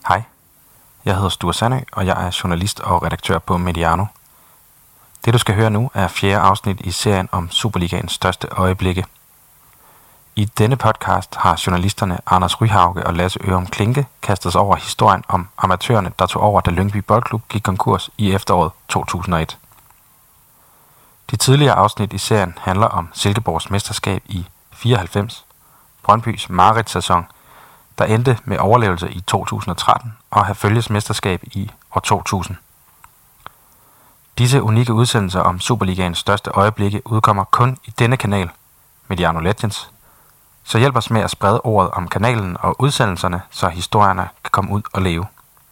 Hej, jeg hedder Sture Sandø, og jeg er journalist og redaktør på Mediano. Det du skal høre nu er 4. afsnit i serien om Superligaens største øjeblikke. I denne podcast har journalisterne Anders Ryhauge og Lasse Ørum Klinke kastet sig over historien om amatørerne, der tog over, da Lyngby Boldklub gik konkurs i efteråret 2001. De tidligere afsnit i serien handler om Silkeborgs mesterskab i 94, Brøndbys mareridtsæson, der endte med overlevelse i 2013 og Herfølges mesterskab i år 2000. Disse unikke udsendelser om Superligaens største øjeblikke udkommer kun i denne kanal, Mediano Legends, så hjælp os med at sprede ordet om kanalen og udsendelserne, så historierne kan komme ud og leve.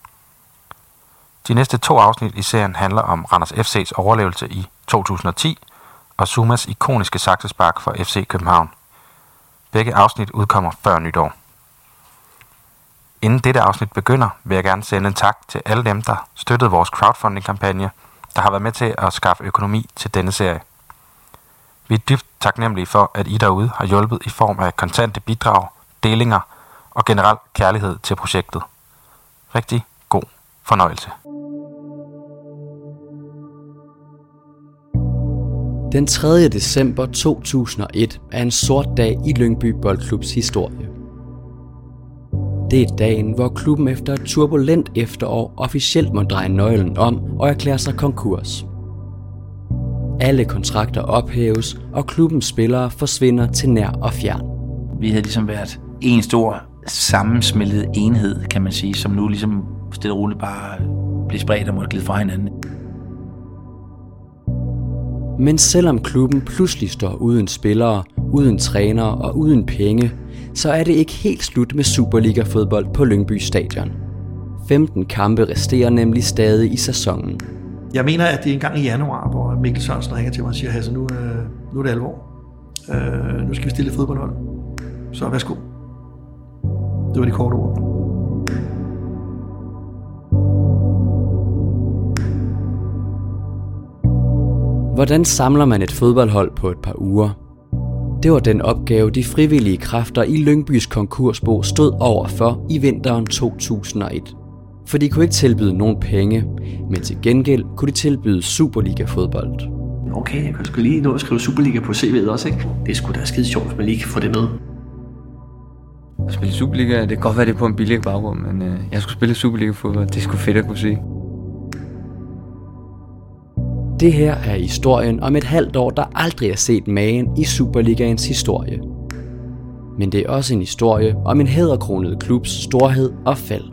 De næste 2 afsnit i serien handler om Randers FC's overlevelse i 2010 og Zumas ikoniske saksespark for FC København. Begge afsnit udkommer før nytår. Inden dette afsnit begynder, vil jeg gerne sende en tak til alle dem, der støttede vores crowdfunding-kampagne, der har været med til at skaffe økonomi til denne serie. Vi er dybt taknemmelige for, at I derude har hjulpet i form af kontante bidrag, delinger og generel kærlighed til projektet. Rigtig god fornøjelse. Den 3. december 2001 er en sort dag i Lyngby Boldklubs historie. Det er dagen, hvor klubben efter et turbulent efterår officielt må dreje nøglen om og erklære sig konkurs. Alle kontrakter ophæves, og klubbens spillere forsvinder til nær og fjern. Vi havde ligesom været en stor sammensmeltet enhed, kan man sige, som nu ligesom stille og roligt bare blev spredt og måtte glide fra hinanden. Men selvom klubben pludselig står uden spillere, uden trænere og uden penge, så er det ikke helt slut med Superliga-fodbold på Lyngby Stadion. 15 kampe resterer nemlig stadig i sæsonen. Jeg mener, at det er en gang i januar, hvor Mikkel Sørensen ringer til mig og siger, Hasse, nu er det alvor. Nu skal vi stille et fodboldhold. Så værsgo. Det var de korte ord. Hvordan samler man et fodboldhold på et par uger? Det var den opgave, de frivillige kræfter i Lyngbys konkursbo stod overfor i vinteren 2001. For de kunne ikke tilbyde nogen penge, men til gengæld kunne de tilbyde Superliga-fodbold. Okay, jeg kan sgu lige nå at skrive Superliga på CV'et også, ikke? Det er sgu da skide sjovt, hvis man lige kan få det med. At spille Superliga, det kan godt være, det er på en billig baggrund, men jeg skulle spille Superliga-fodbold. Det er sgu fedt at kunne se. Det her er historien om et halvt år, der aldrig er set magen i Superligaens historie. Men det er også en historie om en hæderkronet klubs storhed og fald.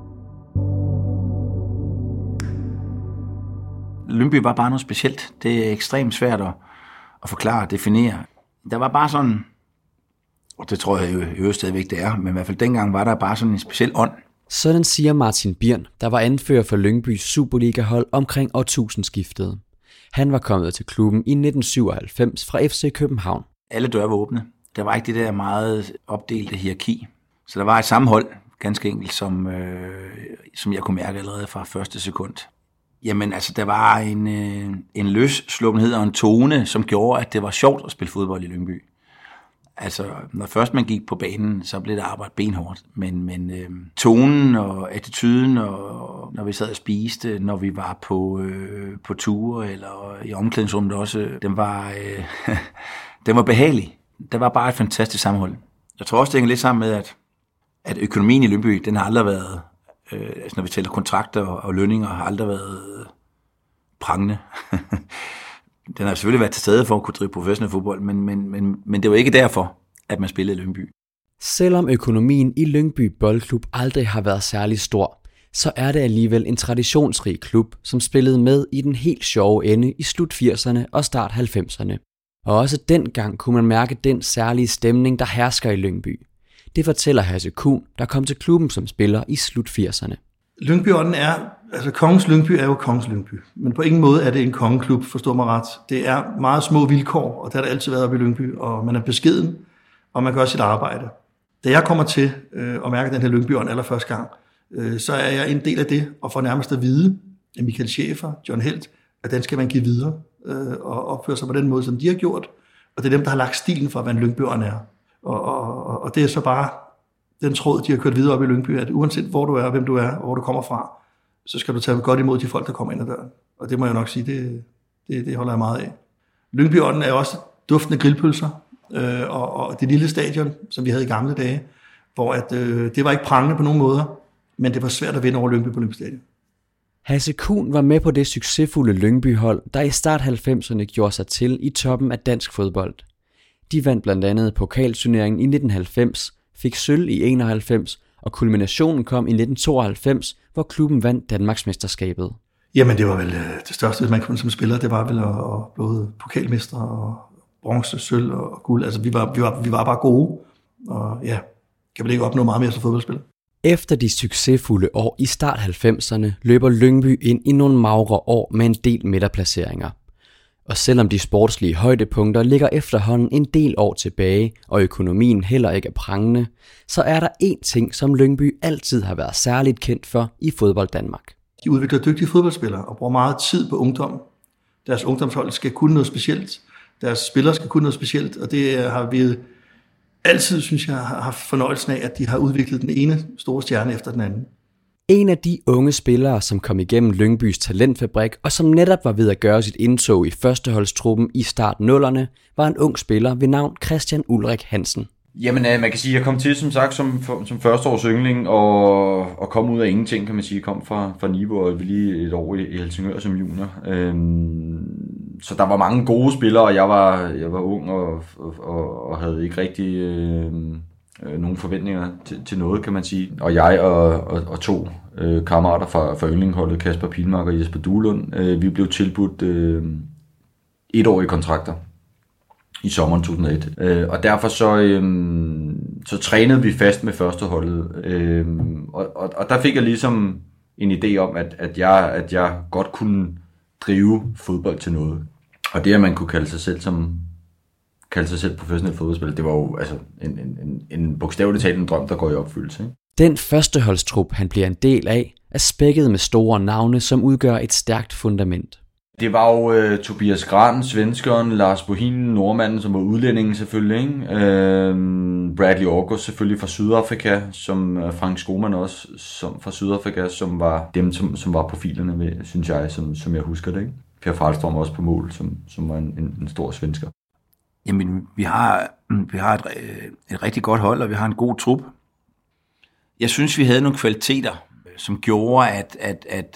Lyngby var bare noget specielt. Det er ekstremt svært at forklare og definere. Der var bare sådan, og det tror jeg jo stadigvæk det er, men i hvert fald dengang var der bare sådan en speciel ånd. Sådan siger Martin Birn, der var anfører for Lyngbys Superliga-hold omkring årtusindskiftet. Han var kommet til klubben i 1997 fra FC København. Alle døre var åbne. Der var ikke det der meget opdelte hierarki. Så der var et sammenhold, ganske enkelt, som jeg kunne mærke allerede fra første sekund. Jamen altså, der var en løssluppenhed og en tone, som gjorde, at det var sjovt at spille fodbold i Lyngby. Altså, når først man gik på banen, så blev der arbejdet benhårdt. Men tonen og attituden, og når vi sad og spiste, når vi var på ture, eller i omklædningsrummet også, den var behagelig. Der var bare et fantastisk sammenhold. Jeg tror også, det hænger lidt sammen med, at økonomien i Lyngby, den har aldrig været, altså når vi tæller kontrakter og lønninger, har aldrig været prangende. Den har selvfølgelig været til stede for at kunne drive professionel fodbold, men det var ikke derfor, at man spillede i Lyngby. Selvom økonomien i Lyngby Boldklub aldrig har været særlig stor, så er det alligevel en traditionsrig klub, som spillede med i den helt sjove ende i slut 80'erne og start 90'erne. Og også dengang kunne man mærke den særlige stemning, der hersker i Lyngby. Det fortæller Hasse Kuhn, der kom til klubben som spiller i slut 80'erne. Lyngbyånden er, altså Kongens Lyngby er jo Kongens Lyngby, men på ingen måde er det en kongeklub, forstår mig ret. Det er meget små vilkår, og det har det altid været oppe i Lyngby, og man er beskeden, og man gør sit arbejde. Da jeg kommer til at mærke den her Lyngbyånd allerførste gang, så er jeg en del af det, og får nærmest at vide af Michael Schäfer, John Helt, at den skal man give videre, og opføre sig på den måde, som de har gjort, og det er dem, der har lagt stilen for, hvad en Lyngbyånd er. Og det er så bare den tråd, de har kørt videre op i Lyngby, at uanset hvor du er, hvem du er, og hvor du kommer fra, så skal du tage godt imod de folk, der kommer ind ad døren. Og det må jeg nok sige, det holder jeg meget af. Lyngby-ånden er også duftende grillpølser, og det lille stadion, som vi havde i gamle dage, hvor det var ikke prangende på nogen måder, men det var svært at vinde over Lyngby på Lyngby Stadion. Hasse Kuhn var med på det succesfulde Lyngby-hold, der i start 90'erne gjorde sig til i toppen af dansk fodbold. De vandt blandt andet pokalturneringen i 1990, fik sølv i 91, og kulminationen kom i 1992, hvor klubben vandt Danmarksmesterskabet. Jamen det var vel det største, man kunne som spiller, det var vel at blive pokalmester og bronze, sølv og guld. Altså vi var bare gode, og ja, kan vel ikke opnå meget mere som fodboldspiller. Efter de succesfulde år i start 90'erne løber Lyngby ind i nogle magre år med en del midterplaceringer. Og selvom de sportslige højdepunkter ligger efterhånden en del år tilbage, og økonomien heller ikke er prangende, så er der én ting, som Lyngby altid har været særligt kendt for i fodbold Danmark. De udvikler dygtige fodboldspillere og bruger meget tid på ungdom. Deres ungdomshold skal kunne noget specielt. Deres spillere skal kunne noget specielt, og det har vi altid, synes jeg, har haft fornøjelsen af, at de har udviklet den ene store stjerne efter den anden. En af de unge spillere, som kom igennem Lyngbys talentfabrik, og som netop var ved at gøre sit indtog i førsteholdstruppen i start 0'erne, var en ung spiller ved navn Christian Ulrik Hansen. Jamen, man kan sige, at jeg kom til, som sagt, som førsteårs yngling, og kom ud af ingenting, kan man sige. Jeg kom fra Niveau og lige et år i Helsingør som junior. Så der var mange gode spillere, og jeg var ung og havde ikke rigtig nogle forventninger til noget, kan man sige. Og jeg og to kammerater fra yndlingholdet, Kasper Pilmark og Jesper Duelund, vi blev tilbudt 1-årige kontrakter i sommeren 2001. Og derfor så trænede vi fast med førsteholdet. Og der fik jeg ligesom en idé om, at jeg godt kunne drive fodbold til noget. Og det, at man kunne kalde sig selv professionel fodboldspiller, det var jo altså en bogstaveligt talt en drøm, der går i opfyldelse. Ikke? Den førsteholdstrup, han bliver en del af, er spækket med store navne, som udgør et stærkt fundament. Det var jo Tobias Gran, svenskeren, Lars Bohin, nordmanden, som var udlændingen selvfølgelig, ikke? Bradley August selvfølgelig fra Sydafrika, som Frank Skoman også fra Sydafrika, som var dem, som var profilerne med, synes jeg, som jeg husker det. Ikke? Per Falstrøm også på mål, som var en stor svensker. Jamen, vi har et rigtig godt hold, og vi har en god trup. Jeg synes, vi havde nogle kvaliteter, som gjorde, at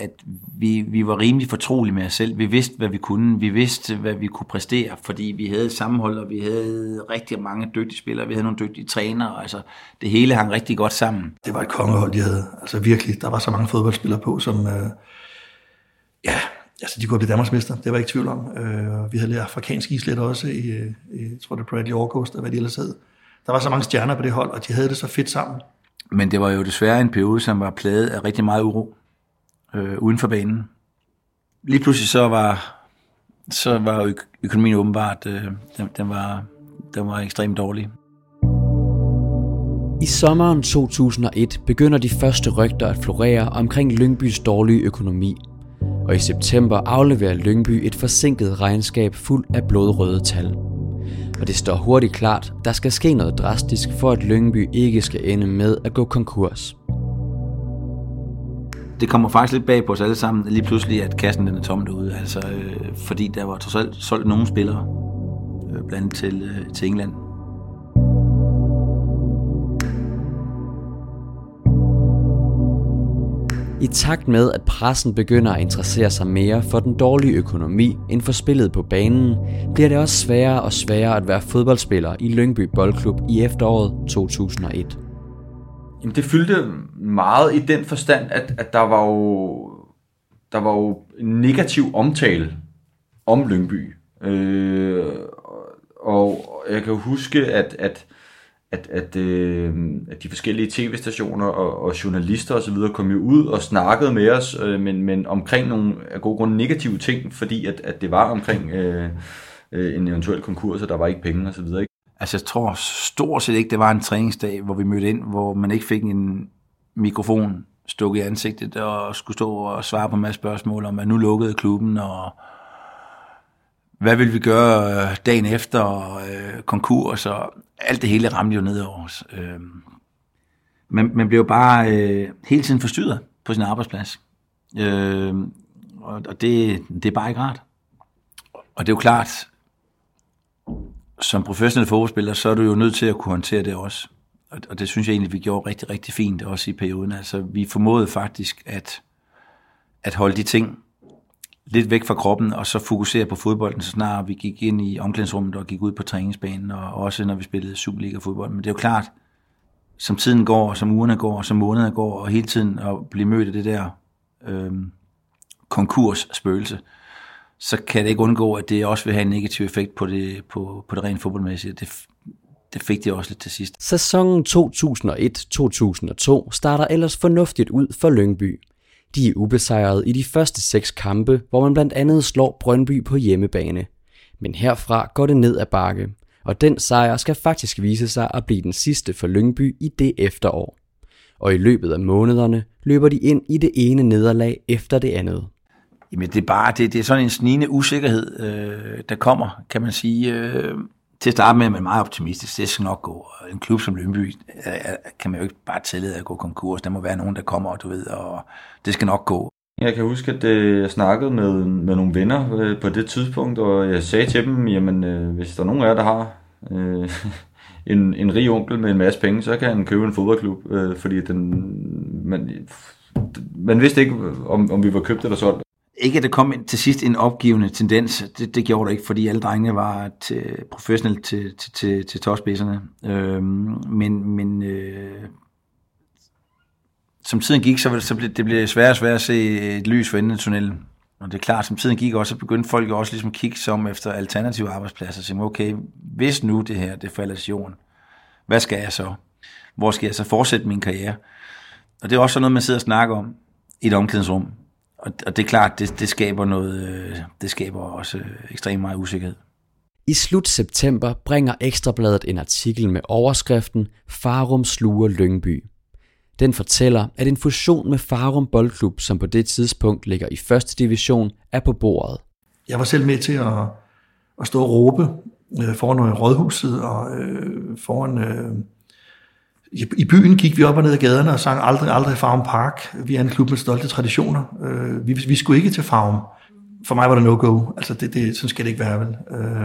vi var rimelig fortrolige med os selv. Vi vidste, hvad vi kunne. Vi vidste, hvad vi kunne præstere, fordi vi havde sammenhold, og vi havde rigtig mange dygtige spillere. Vi havde nogle dygtige trænere. Altså, det hele hang rigtig godt sammen. Det var et kongehold, de havde. Altså virkelig, der var så mange fodboldspillere på, som de kunne blive Danmarksmester. Det var ikke tvivl om. Vi havde lidt afrikansk islet også i jeg tror det Bradley August, og hvad de ellers hed. Der var så mange stjerner på det hold, og de havde det så fedt sammen. Men det var jo desværre en periode, som var plaget af rigtig meget uro uden for banen. Lige pludselig så var økonomien åbenbart, den var ekstremt dårlig. I sommeren 2001 begynder de første rygter at florere omkring Lyngbys dårlige økonomi. Og i september afleverer Lyngby et forsinket regnskab fuld af blodrøde tal. Og det står hurtigt klart, der skal ske noget drastisk, for at Lyngby ikke skal ende med at gå konkurs. Det kommer faktisk lidt bag på os alle sammen, lige pludselig, at kassen den er tom derude. Altså, fordi der var trods alt solgt nogle spillere, blandt til England. I takt med, at pressen begynder at interessere sig mere for den dårlige økonomi end for spillet på banen, bliver det også sværere og sværere at være fodboldspiller i Lyngby Boldklub i efteråret 2001. Jamen, det fyldte meget i den forstand, at der var jo en negativ omtale om Lyngby. Og jeg kan huske, at de forskellige tv-stationer og journalister og så videre kom jo ud og snakkede med os, men omkring nogle af gode grunde negative ting, fordi at det var omkring en eventuel konkurs, og der var ikke penge og så videre. Ikke? Altså jeg tror stort set ikke, det var en træningsdag, hvor vi mødte ind, hvor man ikke fik en mikrofon stukket i ansigtet og skulle stå og svare på en masse spørgsmål om, at nu lukkede klubben, og hvad vil vi gøre dagen efter, konkurs, og alt det hele ramte jo ned over os. man bliver jo bare hele tiden forstyrret på sin arbejdsplads. Og det er bare ikke rart. Og det er jo klart, som professionel fodboldspiller, så er du jo nødt til at kunne håndtere det også. Og det synes jeg egentlig, vi gjorde rigtig, rigtig fint også i perioden. Altså, vi formåede faktisk at holde de ting lidt væk fra kroppen, og så fokusere på fodbolden, så snart vi gik ind i omklædningsrummet og gik ud på træningsbanen, og også når vi spillede Superliga-fodbold. Men det er jo klart, som tiden går, som ugerne går, som månederne går, og hele tiden at blive mødt af det der konkursspøgelse, så kan det ikke undgå, at det også vil have en negativ effekt på det rent fodboldmæssige. Det fik de også lidt til sidst. Sæsonen 2001-2002 starter ellers fornuftigt ud for Lyngby. De er ubesejrede i de første 6 kampe, hvor man blandt andet slår Brøndby på hjemmebane. Men herfra går det ned ad bakke, og den sejr skal faktisk vise sig at blive den sidste for Lyngby i det efterår. Og i løbet af månederne løber de ind i det ene nederlag efter det andet. Jamen det er sådan en snigende usikkerhed, der kommer, kan man sige. Til at starte med, man er meget optimistisk. Det skal nok gå. En klub som Lyngby kan man jo ikke bare tillade at gå konkurs. Der må være nogen, der kommer, og du ved, og det skal nok gå. Jeg kan huske, at jeg snakkede med nogle venner på det tidspunkt, og jeg sagde til dem, jamen hvis der er nogen af jer, der har en rig onkel med en masse penge, så kan han købe en fodboldklub, fordi man vidste ikke, om vi var købt eller solgt. Ikke at der kom til sidst en opgivende tendens, det gjorde det ikke, fordi alle drengene var professionelle til topspidserne. Men som tiden gik, så blev det sværere og sværere at se et lys for enden af tunnelen. Og det er klart, som tiden gik også, så begyndte folk jo også ligesom at kigge som efter alternative arbejdspladser, og sige, okay, hvis nu det her, det falder til jorden, hvad skal jeg så? Hvor skal jeg så fortsætte min karriere? Og det er også sådan noget, man sidder og snakker om i et omklædningsrum. Og det er klart, det skaber noget, det skaber også ekstremt meget usikkerhed. I slut september bringer Ekstrabladet en artikel med overskriften Farum sluger Lyngby. Den fortæller, at en fusion med Farum Boldklub, som på det tidspunkt ligger i 1. division, er på bordet. Jeg var selv med til at stå og råbe foran rådhuset og foran... I byen gik vi op og ned ad gaderne og sang aldrig Farum Park. Vi er en klub med stolte traditioner. Vi skulle ikke til Farum. For mig var det no-go. Altså sådan skal det ikke være, vel?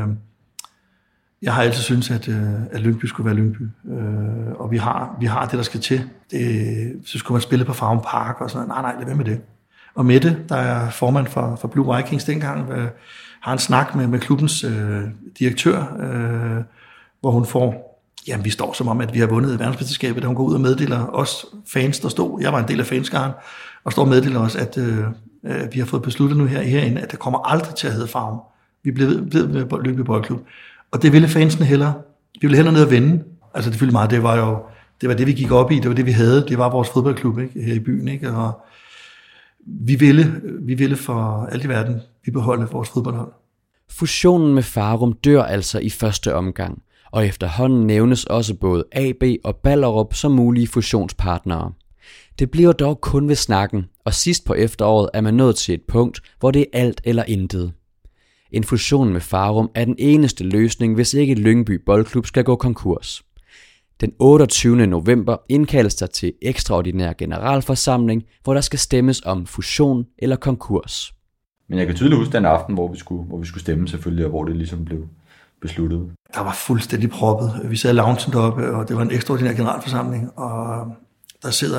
Jeg har altid syntes, at Lyngby skulle være Lyngby. Og vi har det, der skal til. Så skulle man spille på Farum Park og sådan noget. Nej, lad være med det. Og Mette, der er formand for Blue Vikings dengang, har en snak med klubbens direktør, hvor hun får... Jamen, vi står som om, at vi har vundet verdensmesterskabet, da hun går ud og meddeler os fans, der stod. Jeg var en del af fanskaren, og står og meddeler os, at vi har fået besluttet nu herinde, at det kommer aldrig til at hedde Farum. Vi blev ved med Lyngby Boldklub. Og det ville fansene hellere. Vi ville hellere ned og vinde. Altså, det fyldte meget. Det var det, vi gik op i. Det var det, vi havde. Det var vores fodboldklub, ikke? Her i byen, ikke? Og vi ville for alt i verden, vi beholde vores fodboldhold. Fusionen med Farum dør altså i første omgang. Og efterhånden nævnes også både AB og Ballerup som mulige fusionspartnere. Det bliver dog kun ved snakken, og sidst på efteråret er man nået til et punkt, hvor det er alt eller intet. En fusion med Farum er den eneste løsning, hvis ikke Lyngby Boldklub skal gå konkurs. Den 28. november indkaldes der til ekstraordinær generalforsamling, hvor der skal stemmes om fusion eller konkurs. Men jeg kan tydeligt huske den aften, hvor vi skulle stemme selvfølgelig, og hvor det ligesom blev besluttet. Der var fuldstændig proppet. Vi sad i loungen deroppe, og det var en ekstraordinær generalforsamling, og der sidder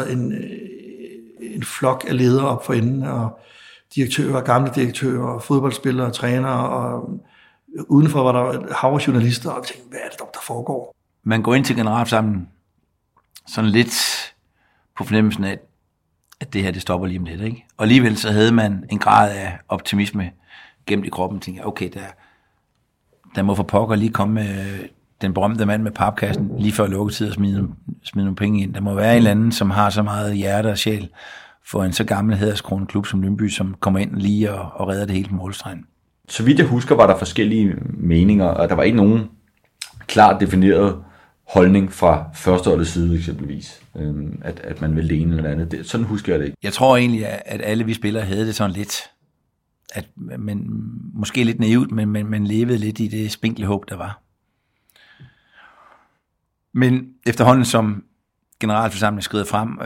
en flok af ledere op for enden, og direktører, gamle direktører, fodboldspillere, trænere, og udenfor var der et hav af journalister, og vi tænkte, hvad er det der foregår? Man går ind til generalforsamlingen sådan lidt på fornemmelsen af, at det her, det stopper lige om lidt, ikke? Og alligevel så havde man en grad af optimisme gemt i kroppen, tænkte jeg, okay, der må for pokker lige komme med den berømte mand med papkassen lige før lukketid og smide nogle penge ind. Der må være en eller anden, som har så meget hjerte og sjæl for en så gammel hæderskronet klub som Lyngby, som kommer ind lige og redder det hele på målstregen. Så vidt jeg husker, var der forskellige meninger, og der var ikke nogen klart defineret holdning fra førsteholdets side eksempelvis, at man ville det ene eller andet. Sådan husker jeg det ikke. Jeg tror egentlig, at alle vi spillere havde det sådan lidt, at man måske lidt naivt, men man levede lidt i det spinkle håb, der var. Men efterhånden som generalforsamling skrider frem,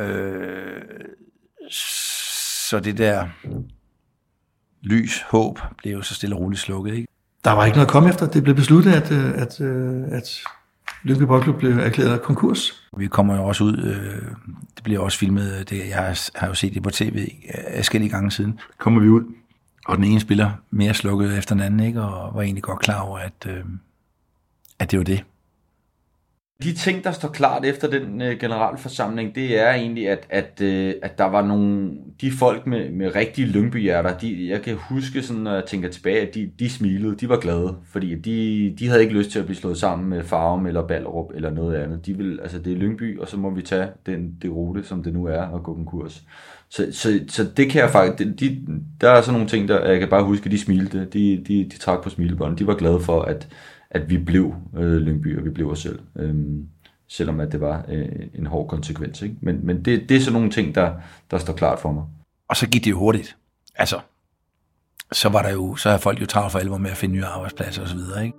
så det der lys, håb, blev jo så stille og roligt slukket, ikke? Der var ikke noget at komme efter. Det blev besluttet, at Lyngby Boldklub blev erklæret konkurs. Vi kommer jo også ud, det bliver også filmet, jeg har jo set det på tv forskellige gange siden. Kommer vi ud, og den ene spiller mere slukket efter den anden, ikke? Og var egentlig godt klar over, at det var det. De ting, der står klart efter den generalforsamling, det er egentlig, at der var de folk med rigtige Lyngby-hjerter, jeg kan huske, sådan, når jeg tænker tilbage, at de smilede, de var glade, fordi de havde ikke lyst til at blive slået sammen med Farum eller Ballerup eller noget andet. De ville, altså det er Lyngby, og så må vi tage det rute, som det nu er, og gå konkurs. Så det kan jeg faktisk, der er sådan nogle ting, der jeg kan bare huske, de smilte, de trak på smilebåndet, de var glade for, at vi blev Lyngby, og vi blev os selv. Selvom at det var en hård konsekvens. Ikke? Men det er sådan nogle ting, der står klart for mig. Og så gik det jo hurtigt. Altså, så har folk jo travlt for alvor med at finde nye arbejdspladser osv., ikke?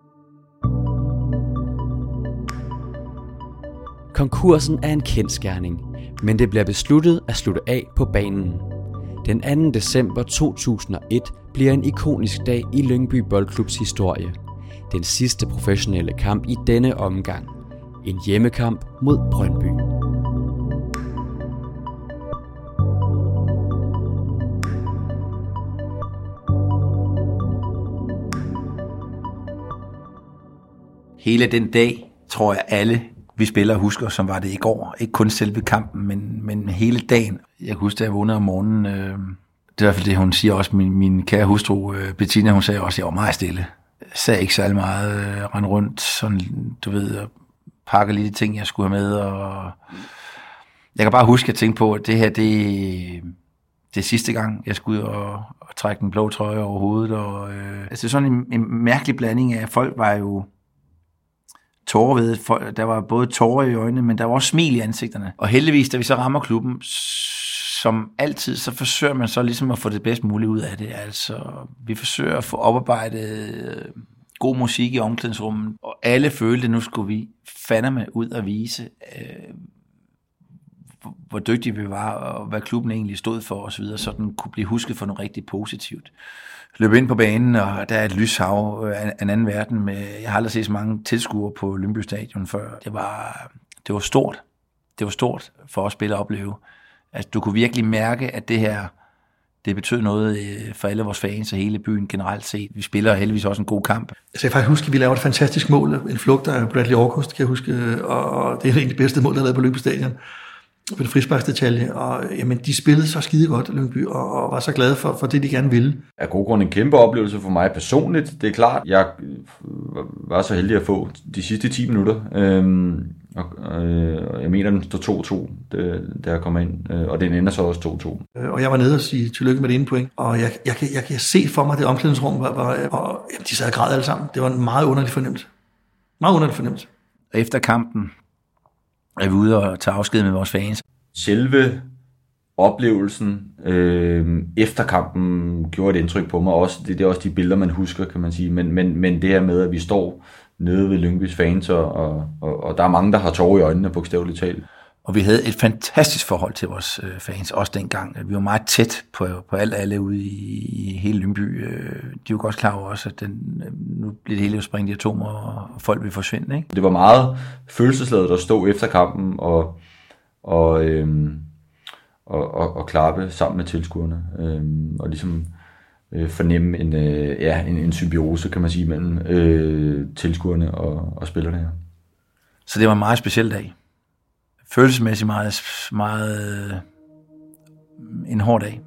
Konkursen er en kendsgerning, men det bliver besluttet at slutte af på banen. Den 2. december 2001 bliver en ikonisk dag i Lyngby Boldklubs historie. Den sidste professionelle kamp i denne omgang. En hjemmekamp mod Brøndby. Hele den dag, tror jeg alle vi spillere husker, som var det i går. Ikke kun selve kampen, men hele dagen. Jeg kan huske, da jeg vågnede om morgenen, det er i hvert fald det, hun siger også, min kære hustru Bettina, hun sagde også, at jeg var meget stille. Sagde ikke særlig meget, rende rundt, sådan, du ved, og pakke lige de ting, jeg skulle have med, og jeg kan bare huske, at jeg tænkte på, at det her, det er sidste gang, jeg skulle ud og trække den blå trøje over hovedet, og altså, det er sådan en mærkelig blanding af, folk var jo tårer ved, der var både tårer i øjnene, men der var også smil i ansigterne, og heldigvis, da vi så rammer klubben, som altid, så forsøger man så ligesom at få det bedst muligt ud af det. Altså, vi forsøger at få oparbejdet god musik i omklædningsrummet, og alle følte, at nu skulle vi fandeme ud og vise, hvor dygtige vi var, og hvad klubben egentlig stod for osv., så den kunne blive husket for noget rigtig positivt. Løb ind på banen, og der er et lyshav af en anden verden. Jeg har aldrig set så mange tilskuere på Lyngby Stadion før. Det var stort. Det var stort for os spillere at opleve. Altså, du kunne virkelig mærke, at det her, det betød noget for alle vores fans og hele byen generelt set. Vi spiller heldigvis også en god kamp. Altså, jeg kan faktisk huske, at vi lavede et fantastisk mål. En flugt af Bradley August, kan jeg huske. Og det er egentlig det bedste mål, der er lavet på Lyngby Stadion. På det frisparksdetalje. Og jamen, de spillede så skide godt, Lyngby, og var så glade for det, de gerne ville. Af god grund en kæmpe oplevelse for mig personligt. Det er klart, jeg var så heldig at få de sidste 10 minutter. Og jeg mener, den står 2-2, da jeg kom ind, og den ender så også 2-2. Og jeg var nede og sige tillykke med det ene point, og jeg kan se for mig, at det omklædningsrum og jamen, de sad og græd alle sammen. Det var en meget underligt fornemt. Meget underligt fornemt. Efter kampen er vi ude og tage afsked med vores fans. Selve oplevelsen efter kampen gjorde et indtryk på mig også. Det er også de billeder, man husker, kan man sige. Men det her med, at vi står nede ved Lyngbys fans, og der er mange, der har tårer i øjnene, bogstaveligt talt. Og vi havde et fantastisk forhold til vores fans, også dengang. Vi var meget tæt på alle ude i hele Lyngby. De var godt klar over også, at nu bliver det hele jo sprængt i atomer, og folk vil forsvinde. Ikke? Det var meget følelsesladet at stå efter kampen og klappe sammen med tilskuerne. Og ligesom fornemme en symbiose, kan man sige, mellem tilskuerne og spillerne her. Så det var en meget speciel dag. Følelsesmæssigt meget en hård dag.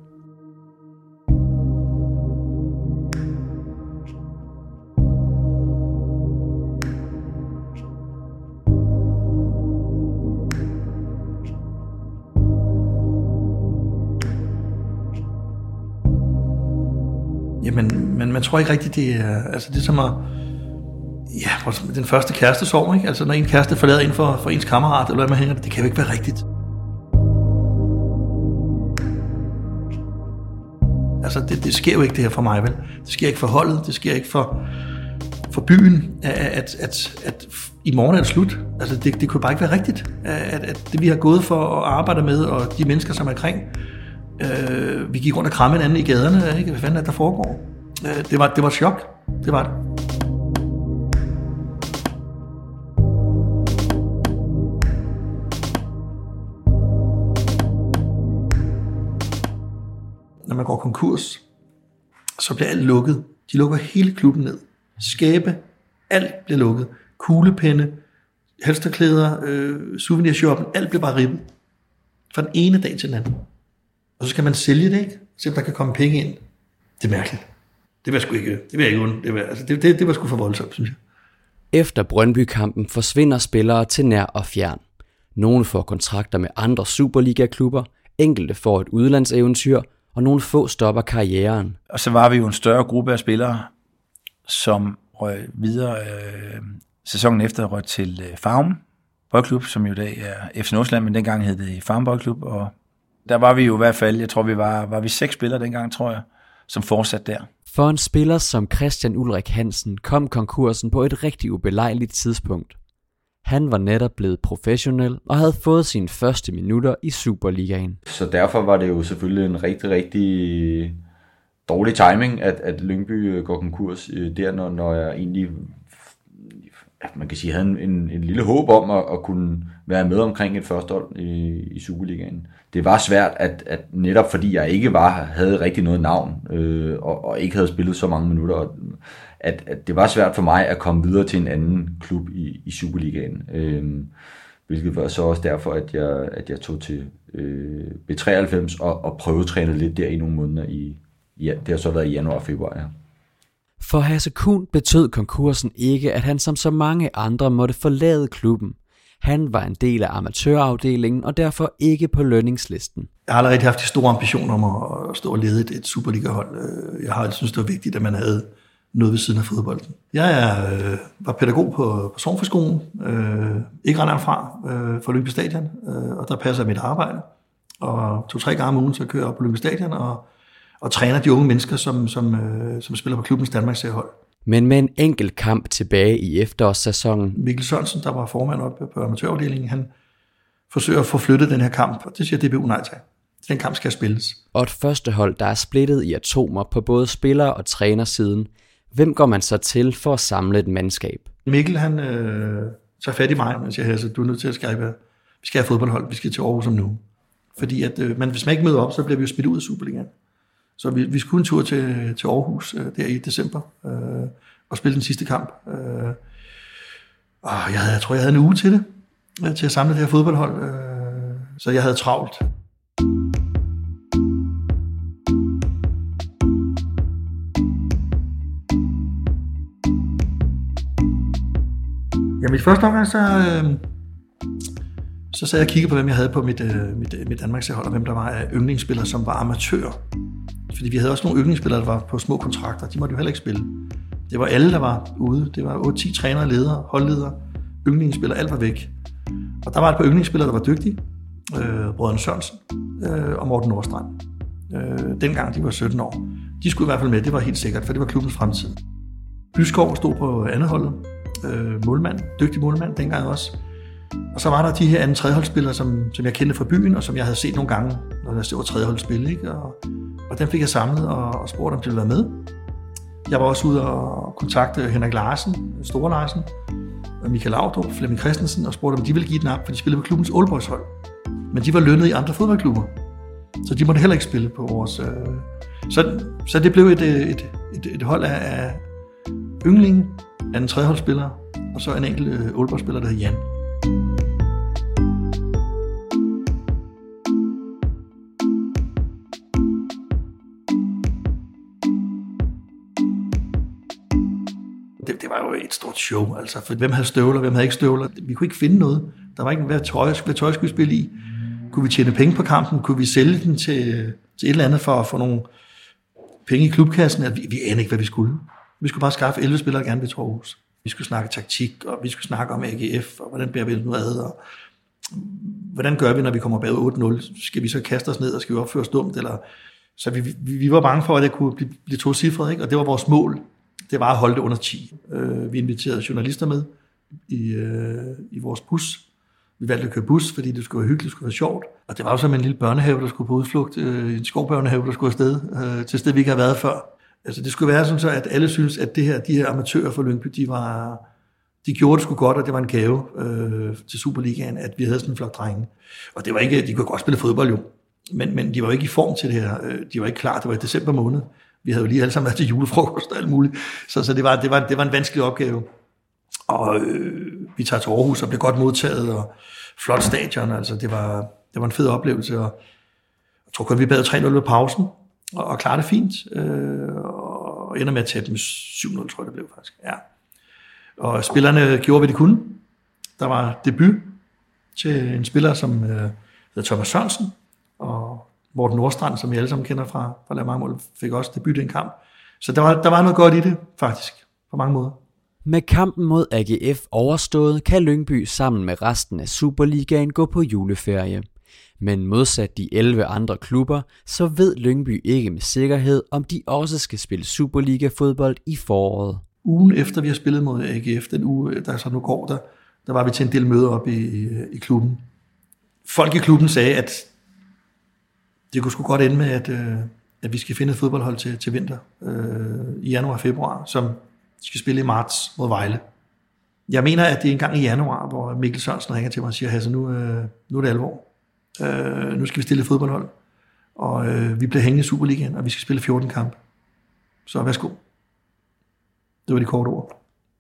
Jamen, men man tror ikke rigtigt, det er, altså det er som at, ja, den første kærestesorg, ikke? Altså når en kæreste forlader en for ens kammerat, eller hvad man hænger, det kan jo ikke være rigtigt. Altså det sker jo ikke det her for mig, vel? Det sker ikke for holdet, det sker ikke for for byen, at i morgen er det slut. Altså det kunne bare ikke være rigtigt, at det vi har gået for at arbejde med, og de mennesker, som er omkring, vi gik rundt og kramme hinanden i gaderne, ikke? Hvad fanden er der foregår? Det var et chok. Det var det. Når man går konkurs, så bliver alt lukket. De lukker hele klubben ned. Skabe, alt bliver lukket. Kuglepenne, halsterklæder, souvenirshoppen, alt bliver bare ribbet. Fra den ene dag til den anden. Og så skal man sælge det, ikke? Så der kan komme penge ind. Det er mærkeligt. Det vil jeg ikke undre. Det var sgu for voldsomt, synes jeg. Efter Brøndby-kampen forsvinder spillere til nær og fjern. Nogle får kontrakter med andre Superliga-klubber, enkelte får et udlandseventyr, og nogle få stopper karrieren. Og så var vi jo en større gruppe af spillere, som røg videre sæsonen efter røg til Farum Boldklub, som jo i dag er FC Nordsjælland, men dengang hed det Farum Boldklub, og der var vi jo i hvert fald, jeg tror vi var 6 spillere dengang, tror jeg, som fortsatte der. For en spiller som Christian Ulrik Hansen kom konkursen på et rigtig ubelejligt tidspunkt. Han var netop blevet professionel og havde fået sine første minutter i Superligaen. Så derfor var det jo selvfølgelig en rigtig, rigtig dårlig timing, at Lyngby går konkurs der, når jeg egentlig, man kan sige, havde en lille håb om at kunne være med omkring et førstehold i Superligaen. Det var svært, at netop fordi jeg ikke havde rigtig noget navn, og ikke havde spillet så mange minutter, at det var svært for mig at komme videre til en anden klub i Superligaen. Hvilket var så også derfor, at jeg tog til B93 og prøvetrænede lidt der i nogle måneder. Det har så været i januar og februar, ja. For Hasse Kuhn betød konkursen ikke, at han som så mange andre måtte forlade klubben. Han var en del af amatørafdelingen og derfor ikke på lønningslisten. Jeg har aldrig rigtig haft de store ambitioner om at stå og lede et Superliga-hold. Jeg har altid syntes, det var vigtigt, at man havde noget ved siden af fodbolden. Jeg var pædagog på Sorgenfriskolen, ikke ret langt fra Lyngby Stadion, og der passer mit arbejde. Og 2-3 gange om ugen, så kører jeg op på Lyngby Stadion og træner de unge mennesker, som spiller på klubbens Danmarksseriehold. Men med en enkelt kamp tilbage i efterårssæsonen. Mikkel Sørensen, der var formand oppe på amatørafdelingen, han forsøger at få flyttet den her kamp, og det siger DBU nej til. Den kamp skal spilles. Og et førstehold, der er splittet i atomer på både spiller- og trænersiden. Hvem går man så til for at samle et mandskab? Mikkel, han tager fat i mig og siger, altså, du er nødt til at skrive, vi skal have fodboldhold, vi skal til Aarhus om nu. Fordi at, hvis man ikke møder op, så bliver vi jo smidt ud af Superligaen. Så vi skulle en tur til Aarhus der i december og spille den sidste kamp. Og jeg tror, jeg havde en uge til det, til at samle det her fodboldhold. Så jeg havde travlt. Ja, mit første omgang, så sad jeg og kiggede på, hvem jeg havde på mit Danmarksseriehold, og hvem der var af yndlingsspillere, som var amatører. Fordi vi havde også nogle yndlingsspillere, der var på små kontrakter. De måtte jo heller ikke spille. Det var alle, der var ude. Det var 8-10 trænere, ledere, holdledere, yndlingsspillere, alt var væk. Og der var et par yndlingsspillere, der var dygtige. Brødrene Sørensen og Morten Nordstrand. Dengang de var 17 år. De skulle i hvert fald med, det var helt sikkert, for det var klubbens fremtid. Byskov stod på andet holdet. Målmand, dygtig målmand dengang også. Og så var der de her anden tredjeholdsspillere, som jeg kendte fra byen, og som jeg havde set nogle gange, når jeg stod tredjeholdsspil, ikke? Og dem fik jeg samlet og spurgte, om de ville være med. Jeg var også ude og kontakte Henrik Larsen, Store Larsen, Michael Laudrup, Flemming Christensen, og spurgte, om de ville give den op, for de spillede på klubbens Aalborgshold. Men de var lønnet i andre fodboldklubber, så de måtte heller ikke spille på vores... Så det blev et hold af yndlinge, anden tredjeholdsspillere, og så en enkelt Aalborg-spiller, der hed Jan. Det var jo et stort show, altså, for hvem havde støvler, hvem havde ikke støvler. Vi kunne ikke finde noget. Der var ikke hvad tøj skulle vi spille i. Kunne vi tjene penge på kampen? Kunne vi sælge den til et eller andet for at få nogle penge i klubkassen? Vi anede ikke, hvad vi skulle. Vi skulle bare skaffe 11 spillere, der gerne vil til Aarhus. Vi skulle snakke taktik, og vi skulle snakke om AGF, og hvordan bærer vi nu ad, og hvordan gør vi, når vi kommer bag 8-0? Skal vi så kaste os ned, og skal vi opføre os dumt? Eller... Så vi var bange for, at det kunne blive tocifret, ikke? Og det var vores mål. det var at holde det under 10. Vi inviterede journalister med i vores bus. Vi valgte at køre bus, fordi det skulle være hyggeligt, det skulle være sjovt. Og det var jo som en lille børnehave, der skulle på udflugt. En skovbørnehave, der skulle afsted til et sted, vi ikke havde været før. Altså det skulle være sådan så, at alle synes, at de her amatører fra Lyngby, de gjorde det sgu godt, og det var en gave til Superligaen, at vi havde sådan en flok drenge. Og det var ikke, de kunne godt spille fodbold jo, men de var jo ikke i form til det her. De var ikke klar, det var i december måned. Vi havde jo lige alle sammen været til julefrokost og alt muligt. Så det var en vanskelig opgave. Og vi tager til Aarhus og blev godt modtaget, og flot stadion, altså det var en fed oplevelse. Og jeg tror kun, vi bad 3-0 ved pausen, og klarede det fint. Og ender med at tabe med 7-0, tror jeg det blev faktisk. Ja. Og spillerne gjorde, hvad de kunne. Der var debut til en spiller, som hedder Thomas Sørensen, og Morten Nordstrand, som I alle sammen kender fra La Marmol, fik også debut i en kamp. Så der var noget godt i det, faktisk, på mange måder. Med kampen mod AGF overstået, kan Lyngby sammen med resten af Superligaen gå på juleferie. Men modsat de 11 andre klubber, så ved Lyngby ikke med sikkerhed, om de også skal spille Superliga-fodbold i foråret. Ugen efter vi har spillet mod AGF, den uge, der så nu går, der var vi til en del møder op i klubben. Folk i klubben sagde, at det kunne sgu godt ende med, at vi skal finde et fodboldhold til vinter i januar og februar, som skal spille i marts mod Vejle. Jeg mener, at det er en gang i januar, hvor Mikkel Sørensen ringer til mig og siger, Hasse, nu er det alvor. Nu skal vi stille et fodboldhold, og vi bliver hængende i Superligaen, og vi skal spille 14 kampe. Så værsgo. Det var de korte ord.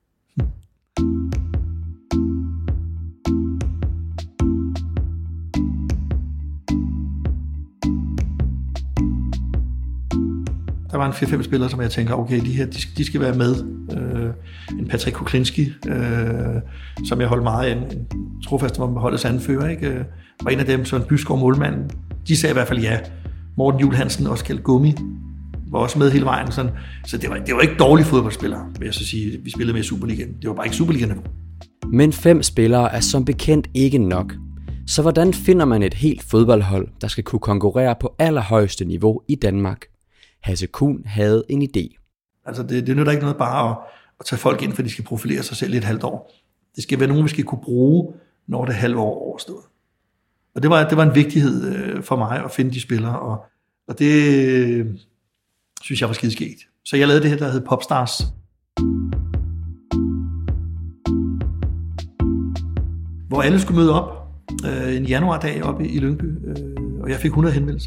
Der var en 4-5 spillere, som jeg tænker, okay, de her, de skal være med. En Patrick Kuklinski, som jeg holdt meget af, en trofast var med holdets anfører, ikke? Var en af dem, Søren Byskov, målmanden. De sagde i hvert fald ja. Morten Juhl Hansen, også kaldt Gummi, var også med hele vejen. Sådan. Så det var ikke dårlige fodboldspillere, vil jeg så sige. Vi spillede med i Superligaen. Det var bare ikke Superligaen. Men 5 spillere er som bekendt ikke nok. Så hvordan finder man et helt fodboldhold, der skal kunne konkurrere på allerhøjeste niveau i Danmark? Hasse Kuhn havde en idé. Altså det nytter ikke noget bare at tage folk ind, for de skal profilere sig selv i et halvt år. Det skal være nogen, vi skal kunne bruge, når det halve år overstået. Og det var en vigtighed for mig at finde de spillere, og det synes jeg var skideskægt. Så jeg lavede det her, der hed Popstars. Hvor alle skulle møde op en januardag oppe i Lyngby, og jeg fik 100 henvendelser.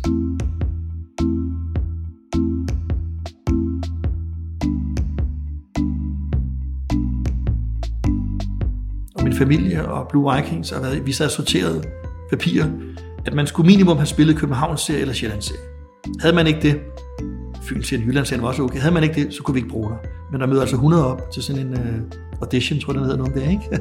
Og min familie og Blue Vikings, vi sad sorteret papirer, at man skulle minimum have spillet Københavns-serie eller Sjællands-serie. Havde man ikke det, Fyns-serien, Jyllands-serien var også okay, havde man ikke det, så kunne vi ikke bruge det. Men der møder altså 100 op til sådan en audition, tror jeg, den hedder noget om det, ikke?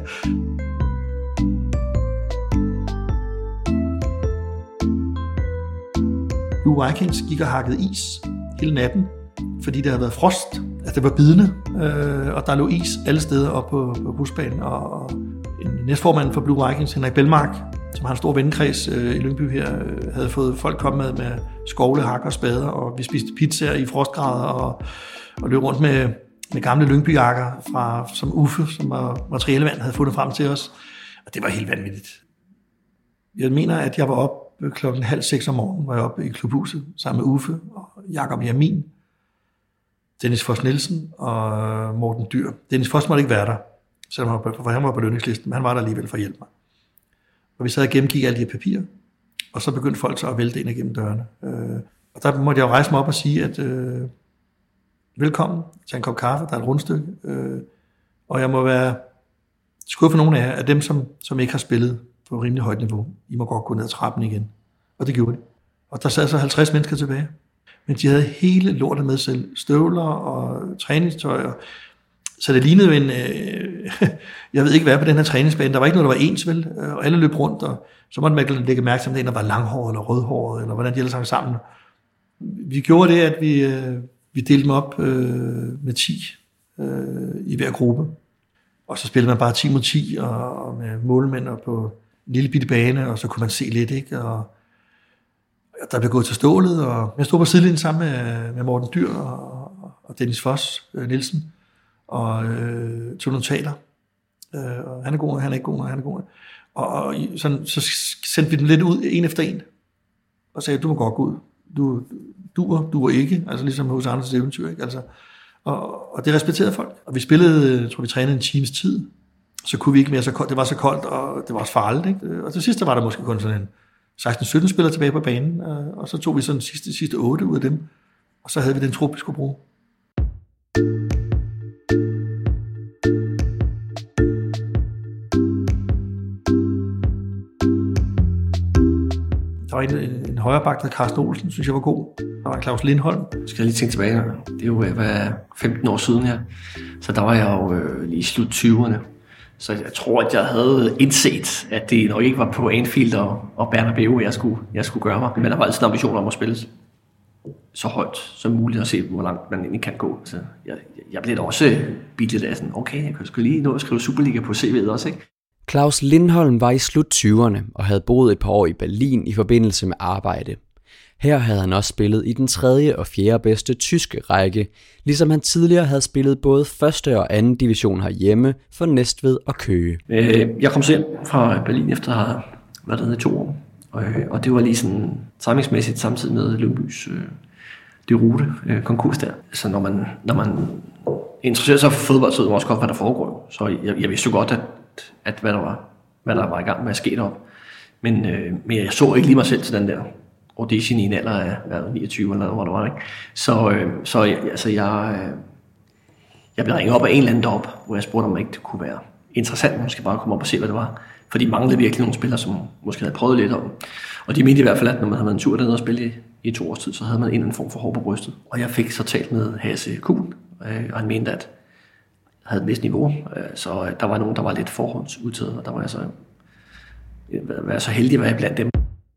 Blue Vikings gik og hakkede is hele natten, fordi der havde været frost, altså det var bidende, og der lå is alle steder op på busbanen, og en næstformand for Blue Vikings, Henrik Bellmark, som har en stor vennekreds i Lyngby her, havde fået folk komme med skovle, hakker og spader, og vi spiste pizzaer i frostgrader, og løb rundt med gamle Lyngby-jakker, som Uffe, som var materialevand, havde fundet frem til os, og det var helt vanvittigt. Jeg mener, at jeg var op 5:30 om morgenen, var jeg oppe i klubhuset sammen med Uffe og Jakob Jamin, Dennis Foss Nielsen og Morten Dyr. Dennis Foss måtte ikke være der, for han var på lønningslisten, men han var der alligevel for at hjælpe mig. Og vi sad og gennemgik alle de her papirer, og så begyndte folk så at vælte ind igennem dørene. Og der måtte jeg jo rejse mig op og sige, at velkommen, tage en kop kaffe, der er et rundstykke, og jeg må være skuffet nogle af jer, af dem, som ikke har spillet på rimelig højt niveau. I må godt gå ned ad trappen igen. Og det gjorde de. Og der sad så 50 mennesker tilbage. Men de havde hele lortet med selv. Støvler og træningstøj. Så det lignede jo en... jeg ved ikke, hvad på den her træningsbane. Der var ikke noget, der var ens, vel? Og alle løb rundt, og så måtte man lægge mærke til, om den der var langhåret eller rødhåret, eller hvordan de alle sang sammen. Vi gjorde det, at vi delte dem op med 10 i hver gruppe. Og så spillede man bare 10 mod 10, og med målmænd og på en lille bitte bane, og så kunne man se lidt, ikke? Og der blev gået til stålet, og jeg stod på sidelinjen sammen med Morten Dyr og Dennis Foss Nielsen. og tog notater. Og han er god, han er ikke god, han er god. Og sådan, så sendte vi dem lidt ud, en efter en, og sagde, du må godt gå ud. Du ikke, altså ligesom hos Anders eventyr, ikke? Altså, og det respekterede folk. Og vi spillede, jeg tror vi trænede en times tid, så kunne vi ikke mere, så koldt, det var så koldt, og det var også farligt, ikke? Og til sidst var der måske kun sådan en 16-17 spillere tilbage på banen, og så tog vi sådan sidste 8 ud af dem, og så havde vi den trup, vi skulle bruge. Der var en højreback, der Carsten Olsen, synes jeg var god. Der var Claus Lindholm. Skal jeg lige tænke tilbage, det er jo 15 år siden her, så der var jeg jo lige i slut 20'erne. Så jeg tror, at jeg havde indset, at det nok ikke var på Anfield og Bernabeu, jeg skulle gøre mig. Men der var altid en ambition om at spille så højt som muligt og se, hvor langt man egentlig kan gå. Så jeg blev da også bildet af sådan, okay, jeg kan sgu lige nå at skrive Superliga på CV'et også, ikke? Claus Lindholm var i slut 20'erne og havde boet et par år i Berlin i forbindelse med arbejde. Her havde han også spillet i den 3. og 4. bedste tyske række, ligesom han tidligere havde spillet både 1. og 2. division herhjemme for Næstved og Køge. Jeg kom så hjem fra Berlin efter at have været der i 2 år, og det var lige sådan timingsmæssigt samtidig med Lyngbys rute konkurs der. Så når man interesserer sig for fodbold, så ved man også godt, hvad der foregår. Så jeg vidste jo godt, at hvad der var i gang med at ske derop. Men jeg så ikke lige mig selv til den der audition i en alder af 29 eller noget, hvor det var, ikke? Jeg blev ringet op af en eller anden derop, hvor jeg spurgte, om ikke det kunne være interessant, måske bare komme op og se, hvad det var. For de manglede virkelig nogle spillere, som måske havde prøvet lidt om. Og de mente i hvert fald, at når man havde været en tur dernede og spille i 2 års tid, så havde man en eller anden form for hår på brystet. Og jeg fik så talt med Hasse Kuhn, og han mente, at jeg havde et vist niveau. Så der var nogen, der var lidt forhåndsudtaget, og der var jeg så heldig at være blandt dem.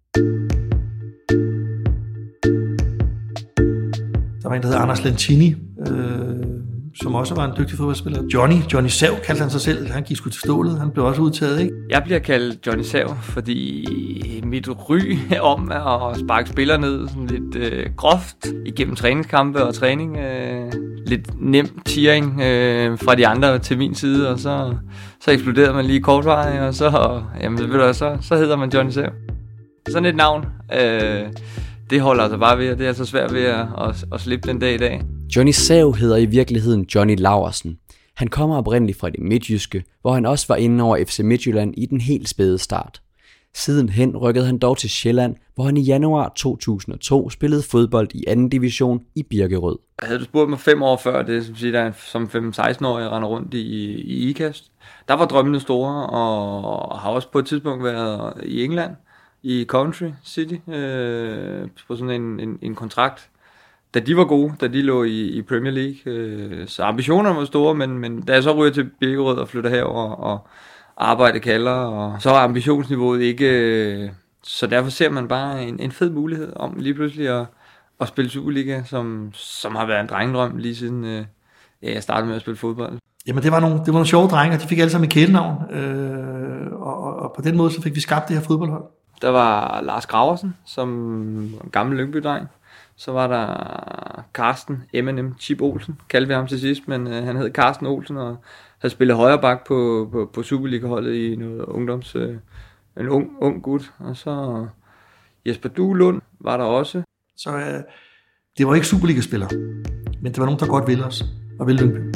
Der var en, der hedder Anders Lentini, som også var en dygtig fodboldspiller. Johnny Sav kaldte han sig selv. Han gik sgu til stålet. Han blev også udtaget, ikke? Jeg bliver kaldt Johnny Sav, fordi mit ry om at sparke spillere ned sådan lidt groft igennem træningskampe og træning. Lidt nem tearing fra de andre til min side, og så eksploderede man lige kortvarigt, og så hedder man Johnny Sav. Sådan et navn. Det holder altså bare ved, og det er så svært ved at slippe den dag i dag. Johnny Sav hedder i virkeligheden Johnny Laursen. Han kommer oprindeligt fra det midtjyske, hvor han også var inde over FC Midtjylland i den helt spæde start. Sidenhen rykkede han dog til Sjælland, hvor han i januar 2002 spillede fodbold i 2. division i Birkerød. Havde du spurgt mig 5 år før det, som 15-16-årig render rundt i IKAST, der var drømmene store, og har også på et tidspunkt været i England, i Coventry City, på sådan en kontrakt, da de var gode, da de lå i Premier League. Så ambitionerne var store, men da jeg så ryger til Birkerød og flytter herover og arbejde kalder, og så er ambitionsniveauet ikke... Så derfor ser man bare en fed mulighed om lige pludselig at spille Superliga, som har været en drengedrøm lige siden jeg startede med at spille fodbold. Jamen det var nogle sjove drenge, og de fik alle sammen et kælenavn, og på den måde så fik vi skabt det her fodboldhold. Der var Lars Graversen, som en gammel Lyngby-dreng. Så var der Carsten M&M Chip Olsen, kaldte vi ham til sidst, men han hed Carsten Olsen og havde spillet højreback på Superliga-holdet i noget ungdoms... en ung gut. Og så Jesper Duelund var der også. Så det var ikke Superliga-spillere, men det var nogen, der godt ville os og ville Lyngby.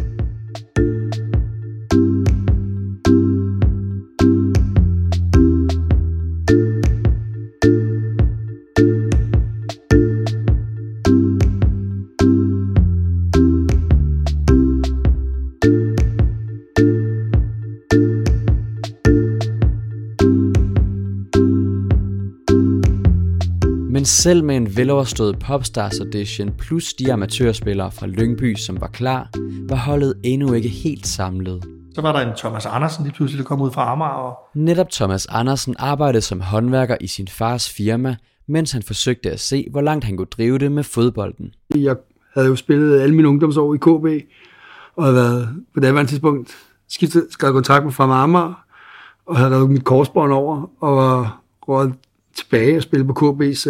Men selv med en veloverstået Popstars Audition plus de amatørspillere fra Lyngby, som var klar, var holdet endnu ikke helt samlet. Så var der en Thomas Andersen lige pludselig, der kom ud fra Amager. Og... Netop Thomas Andersen arbejdede som håndværker i sin fars firma, mens han forsøgte at se, hvor langt han kunne drive det med fodbolden. Jeg havde jo spillet alle mine ungdomsår i KB, og havde været på det her tidspunkt skrevet kontrakt med fra Amager, og havde revet mit korsbånd over, og var rådet tilbage og spille på KB's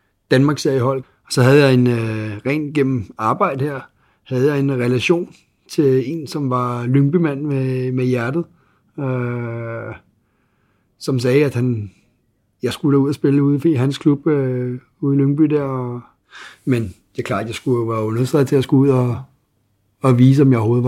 Danmarksseriehold. Og så havde jeg ren gennem arbejde her, havde jeg en relation til en, som var Lyngby-mand med hjertet, som sagde, at jeg skulle ud og spille ude i hans klub ude i Lyngby der. Men det er klart, at jeg skulle være nødstrædet til at skulle ud og vise, om jeg overhovedet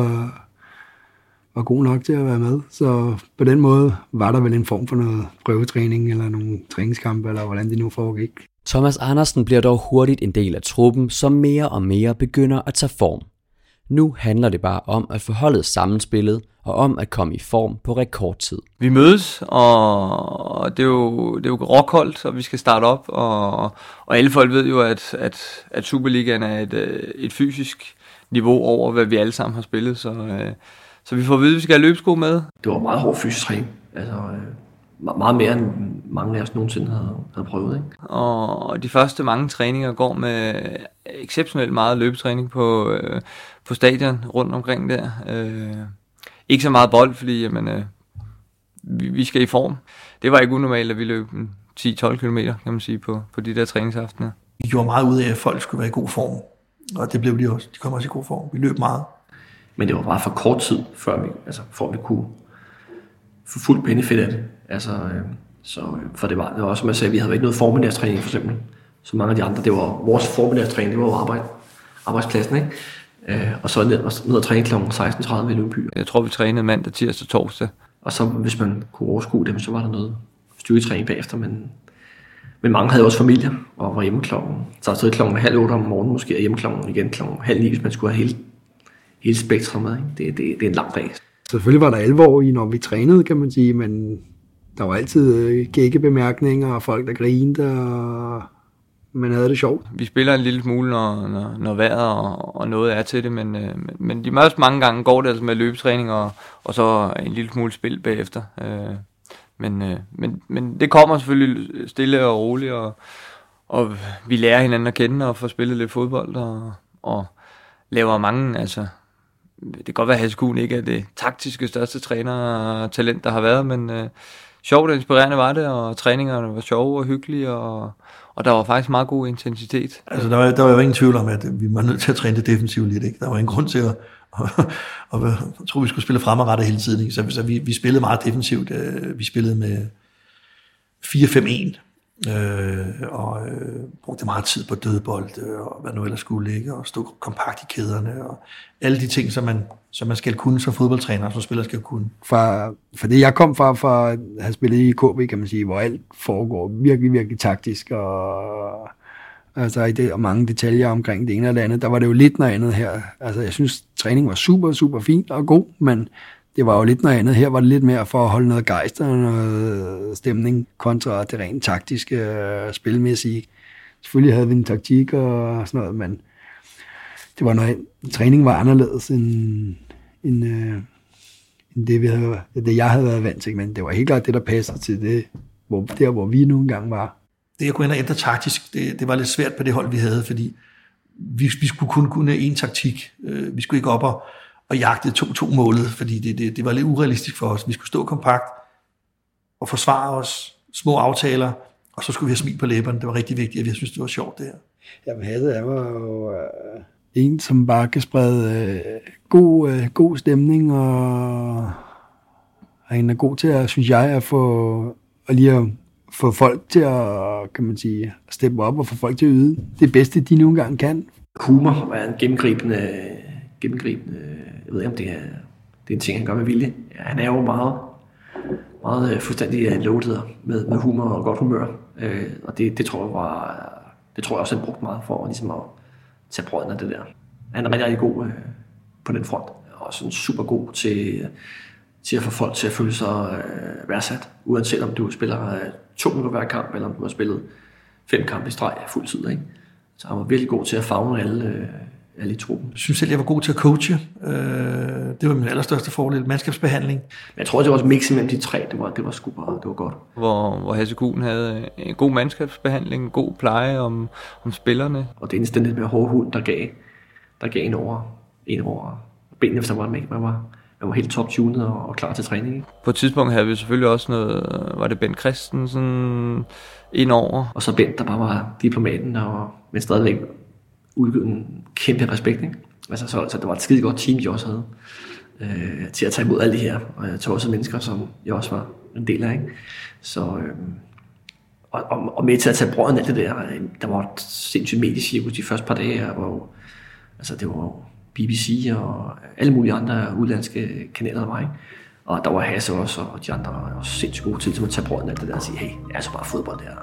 var god nok til at være med. Så på den måde var der vel en form for noget prøvetræning eller nogle træningskampe, eller hvordan det nu foregik. Thomas Andersen bliver dog hurtigt en del af truppen, som mere og mere begynder at tage form. Nu handler det bare om at få holdet sammenspillet og om at komme i form på rekordtid. Vi mødes, og det er jo rockholdt, og vi skal starte op, og alle folk ved jo, at Superligaen er et fysisk niveau over, hvad vi alle sammen har spillet, så vi får at vide, at vi skal have løbesko med. Det var meget hård fysisk træning, altså meget mere end mange af os nogensinde havde prøvet. Ikke? Og de første mange træninger går med exceptionelt meget løbetræning på stadion rundt omkring der. Ikke så meget bold, fordi vi skal i form. Det var ikke unormalt, at vi løb 10-12 km, kan man sige, på de der træningsaftener. Vi gjorde meget ud af, at folk skulle være i god form, og det blev de også. De kom også i god form. Vi løb meget. Men det var bare for kort tid, før vi kunne få fuld benefit af det. For det var også, som jeg sagde, vi havde ikke noget formiddagstræning for eksempel. Så mange af de andre, det var vores formiddagstræning, det var jo arbejdspladsen, ikke? Og så ned og træne kl. 16:30 i Lyngby. Jeg tror, vi trænede mandag, tirsdag, torsdag. Og så, hvis man kunne overskue dem, så var der noget styrketræning bagefter. Men mange havde også familier og var hjemme så afsted kl. 7:30 om morgenen, måske hjemme igen kl. 8:30, hvis man skulle have hele spektrum med. Ikke? Det er en lang dag. Selvfølgelig var der alvor i, når vi trænede, kan man sige, men der var altid gækkebemærkninger og folk, der grinede, og man havde det sjovt. Vi spiller en lille smule, når vejret og noget er til det, men de mest mange gange går det altså med løbetræning og så en lille smule spil bagefter. Men det kommer selvfølgelig stille og roligt, og vi lærer hinanden at kende og får spillet lidt fodbold og laver mange, altså det kan godt være, at HSQ'en ikke er det taktiske største trænertalent, der har været, men sjovt og inspirerende var det, og træningerne var sjove og hyggelige, og der var faktisk meget god intensitet. Altså der var jo ingen tvivl om, at vi var nødt til at træne det defensivt lidt, ikke? Der var ingen grund til at tro, vi skulle spille fremadrettet hele tiden, ikke? Så vi spillede meget defensivt. Vi spillede med 4-5-1, og brugte meget tid på dødbold, og hvad nu ellers skulle ligge, og stå kompakt i kæderne, og alle de ting, som man skal kunne som fodboldtræner, som spiller skal kunne. For det, jeg kom fra at have spillet i KB, kan man sige, hvor alt foregår virkelig, virkelig taktisk, og mange detaljer omkring det ene eller andet, der var det jo lidt noget andet her. Altså, jeg synes, træning var super, super fint og god, men det var jo lidt noget andet. Her var det lidt mere for at holde noget gejst og noget stemning kontra det rent taktiske spilmæssige. Selvfølgelig havde vi en taktik og sådan noget, men det var noget, træning var anderledes end det jeg havde været vant til, men det var helt klart det, der passer til det, hvor vi nu engang var. Det at kunne ændre taktisk, det var lidt svært på det hold, vi havde, fordi vi skulle kun kunne en taktik. Vi skulle ikke op og jagte 2-2 målet, fordi det var lidt urealistisk for os. Vi skulle stå kompakt og forsvare os, små aftaler, og så skulle vi have smil på læberne. Det var rigtig vigtigt, at vi synes det var sjovt det her. Jamen Hasse er jo en, som bare kan sprede god stemning, og en er god til at, synes jeg, at få folk til at, kan man sige, steppe op og få folk til at yde det bedste, de nogle gange kan. Humor er en gennemgribende, jeg ved ikke, om det er en ting, han gør med vilje. Ja, han er jo meget fuldstændig loaded med humor og godt humør, og det tror jeg også, han brugt meget for ligesom at tage brøden af det der. Han er rigtig god på den front, og sådan super god til at få folk til at føle sig værdsat, uanset om du spiller 2 minutter hver kamp, eller om du har spillet 5 kampe i streg fuld tid, ikke? Så han var virkelig god til at favne alle i truppen. Jeg synes selv, jeg var god til at coache. Det var min allerstørste fordel. Mandskabsbehandling. Men jeg tror, det var også mixet mellem de tre. Det var sgu bare, det var godt. Hvor HSQ'en havde en god mandskabsbehandling, en god pleje om spillerne. Og det eneste lidt mere hårde hund, der gav en over benene, hvis man var helt top-tunet og klar til træning. Ikke? På et tidspunkt havde vi selvfølgelig også noget, var det Bent Christensen indover. Og så Bent, der bare var diplomaten, men stadigvæk udgivet en kæmpe respekt. Ikke? Altså, så det var et skide godt team, de også havde, til at tage imod alle de her tossede mennesker, som jeg også var en del af, ikke? Så, og med til at tage brøden af det der var et sindssygt mediecirkus de første par dage, hvor altså, det var BBC og alle mulige andre udlandske kanaler, der var, ikke? Og der var Hasse også, og de andre var også sindssygt gode til at tage brøden af det der og sige, hey, det er så bare fodbold der.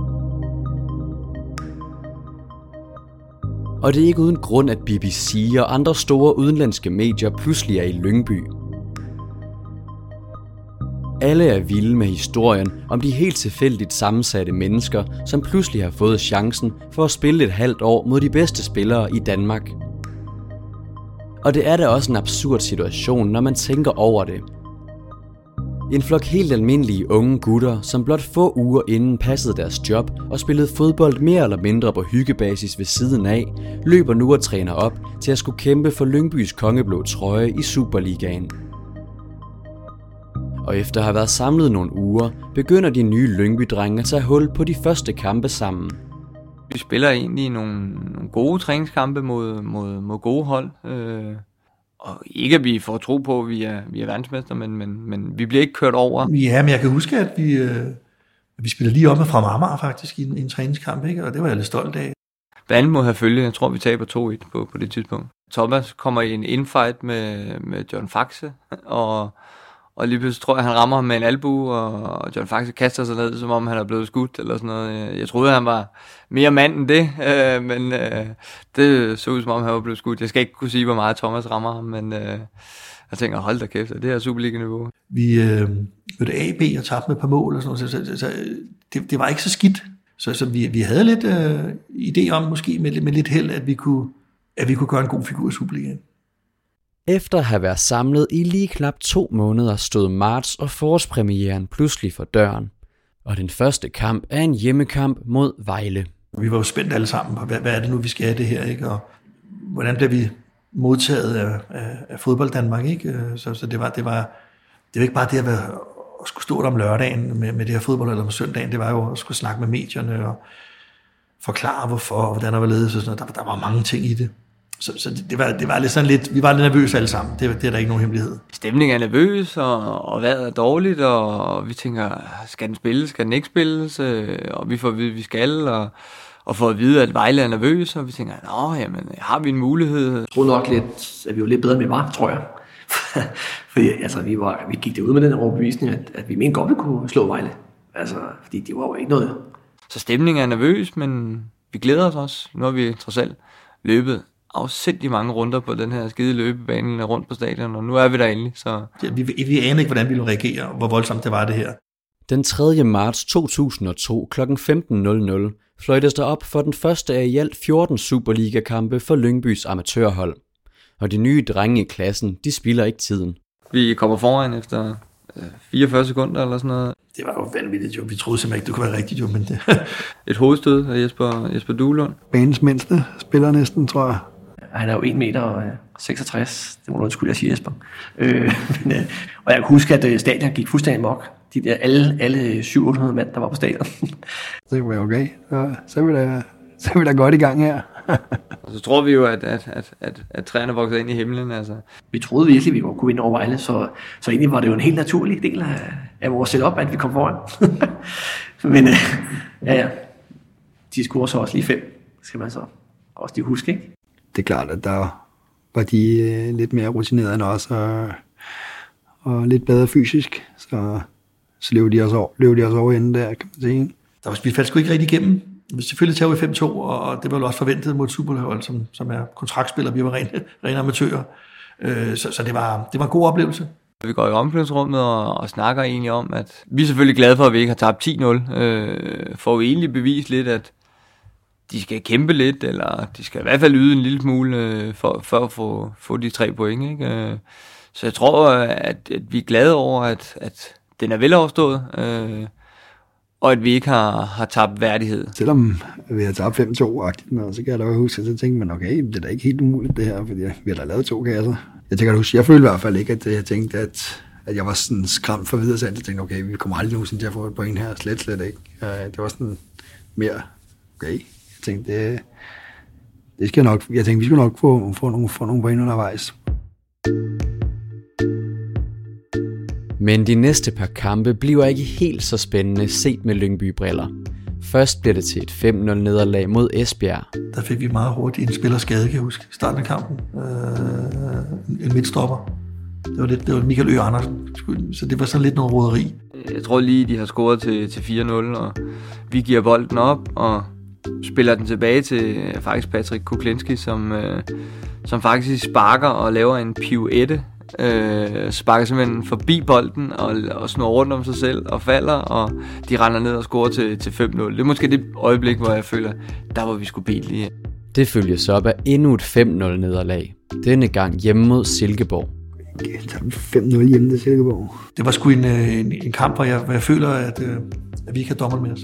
Og det er ikke uden grund, at BBC og andre store udenlandske medier pludselig er i Lyngby. Alle er vilde med historien om de helt tilfældigt sammensatte mennesker, som pludselig har fået chancen for at spille et halvt år mod de bedste spillere i Danmark. Og det er da også en absurd situation, når man tænker over det. En flok helt almindelige unge gutter, som blot få uger inden passede deres job og spillede fodbold mere eller mindre på hyggebasis ved siden af, løber nu og træner op til at skulle kæmpe for Lyngbys kongeblå trøje i Superligaen. Og efter at have været samlet nogle uger, begynder de nye Lyngby-drenge at tage hul på de første kampe sammen. Vi spiller egentlig nogle gode træningskampe mod gode hold. Og ikke at vi får tro på, at vi er verdensmester, men vi bliver ikke kørt over. Ja, men jeg kan huske, at vi spiller lige op med fra Amager faktisk i en træningskamp, ikke? Og det var jeg lidt stolt af. Blandt andet må have følge. Jeg tror, vi taber 2-1 på det tidspunkt. Thomas kommer i en infight med John Faxe, og lige pludselig tror jeg, han rammer ham med en albue, og John Faxe kaster sig ned, som om han er blevet skudt, eller sådan noget. Jeg troede, han var mere mand end det, men det så ud, som om han var blevet skudt. Jeg skal ikke kunne sige, hvor meget Thomas rammer ham, men jeg tænker, hold da kæft, det er Superliga-niveau. Vi mødte AB og tabte med et par mål, og sådan noget, så det var ikke så skidt. Så vi havde lidt idé om, måske med lidt held, at vi kunne gøre en god figur i Superligaen. Efter at have været samlet i lige knap 2 måneder, stod marts og forårspremieren pludselig for døren. Og den første kamp er en hjemmekamp mod Vejle. Vi var jo spændt alle sammen på, hvad er det nu, vi skal have det her, ikke? Og hvordan bliver vi modtaget af fodbold Danmark, ikke? Så det var ikke bare det at skulle stå der om lørdagen med det her fodbold, eller om søndagen. Det var jo at skulle snakke med medierne og forklare, hvorfor og hvordan der var ledet. Så der var mange ting i det. Så det var lidt sådan lidt, vi var lidt nervøse alle sammen. Det er der ikke nogen hemmelighed. Stemningen er nervøs, og vejret er dårligt, og vi tænker, skal den spilles, skal den ikke spilles? Og vi får at vide, at vi skal, og får at vide, at Vejle er nervøs, og vi tænker, jamen, har vi en mulighed? Jeg tror nok lidt, at vi var lidt bedre, end vi var, tror jeg. Fordi altså, vi gik derud med den overbevisning, at vi mente godt, vi kunne slå Vejle. Altså, fordi det var jo ikke noget. Så stemningen er nervøs, men vi glæder os også. Nu har vi trods alt løbet afsindig mange runder på den her skide løbebane rundt på stadion, og nu er vi der endelig. Så. Vi aner ikke, hvordan vi ville reagere, og hvor voldsomt det var det her. Den 3. marts 2002 kl. 15.00 fløjtes der op for den første af i alt 14 Superliga-kampe for Lyngbys amatørhold. Og de nye drenge i klassen, de spilder ikke tiden. Vi kommer foran efter 44 sekunder eller sådan noget. Det var jo vanvittigt jo. Vi troede simpelthen ikke, det kunne være rigtigt jo, men det... Et hovedstød af Jesper Duelund. Banens mindste spiller næsten, tror jeg. Han er jo 1,66 meter. Det må du undskylde, jeg siger, Jesper. Og jeg kan huske, at stadion gik fuldstændig mok. De der alle 700-800 mand, der var på stadion. Det var okay. Så er vi da godt i gang her. Og så tror vi jo, at træerne vokser ind i himlen. Altså. Vi troede virkelig, vi kunne vinde over Vejle, så egentlig var det jo en helt naturlig del af vores setup, at vi kom foran. Men ja. De scorer så også lige 5, skal man så også lige huske, ikke? Det er klart, at der var de lidt mere rutinerede end os, og lidt bedre fysisk, så løb de os over inden der, kan man sige. Vi faldt sgu ikke rigtig igennem. Selvfølgelig tager vi 5-2, og det var jo også forventet mod Superligaen, som er kontraktspillere. Vi var rene amatører. Så det var en god oplevelse. Vi går i omklædningsrummet og snakker egentlig om, at vi er selvfølgelig glade for, at vi ikke har tabt 10-0. For at egentlig bevise lidt, at de skal kæmpe lidt, eller de skal i hvert fald yde en lille smule for at få de 3 point. Ikke? Så jeg tror, at vi er glade over, at den er veloverstået. Og at vi ikke har tabt værdighed. Selvom vi har tabt 5-2-agtigt, så kan jeg da huske, at jeg tænkte, men okay, det er da ikke helt umuligt det her, fordi vi har da lavet 2 kasser. Jeg følte i hvert fald ikke, at jeg tænkte, at jeg var sådan skræmt for videre, så jeg tænkte, okay, vi kommer aldrig nogensinde til at få et point her, slet ikke. Det var sådan mere, okay, jeg tænkte, Det skal nok, jeg tænkte, vi skulle nok få nogle point undervejs. Men de næste par kampe bliver ikke helt så spændende set med Lyngby-briller. Først bliver det til et 5-0 nederlag mod Esbjerg. Der fik vi meget hurtigt en spillerskade, kan jeg huske, i starten af kampen. En midtstopper. Det var Michael Ø. Andersen, så det var sådan lidt noget roderi. Jeg tror lige, de har scoret til 4-0, og vi giver bolden op og spiller den tilbage til faktisk Patrick Kuklinski, som faktisk sparker og laver en pirouette. Sparker simpelthen forbi bolden og snor rundt om sig selv og falder, og de render ned og scorer til 5-0. Det er måske det øjeblik, hvor jeg føler, der var vi sgu billige. Det følges op af endnu et 5-0 nederlag. Denne gang hjemme mod Silkeborg. 5-0 hjemme til Silkeborg. Det var sgu en kamp, hvor jeg føler, at vi ikke har dommeren med os.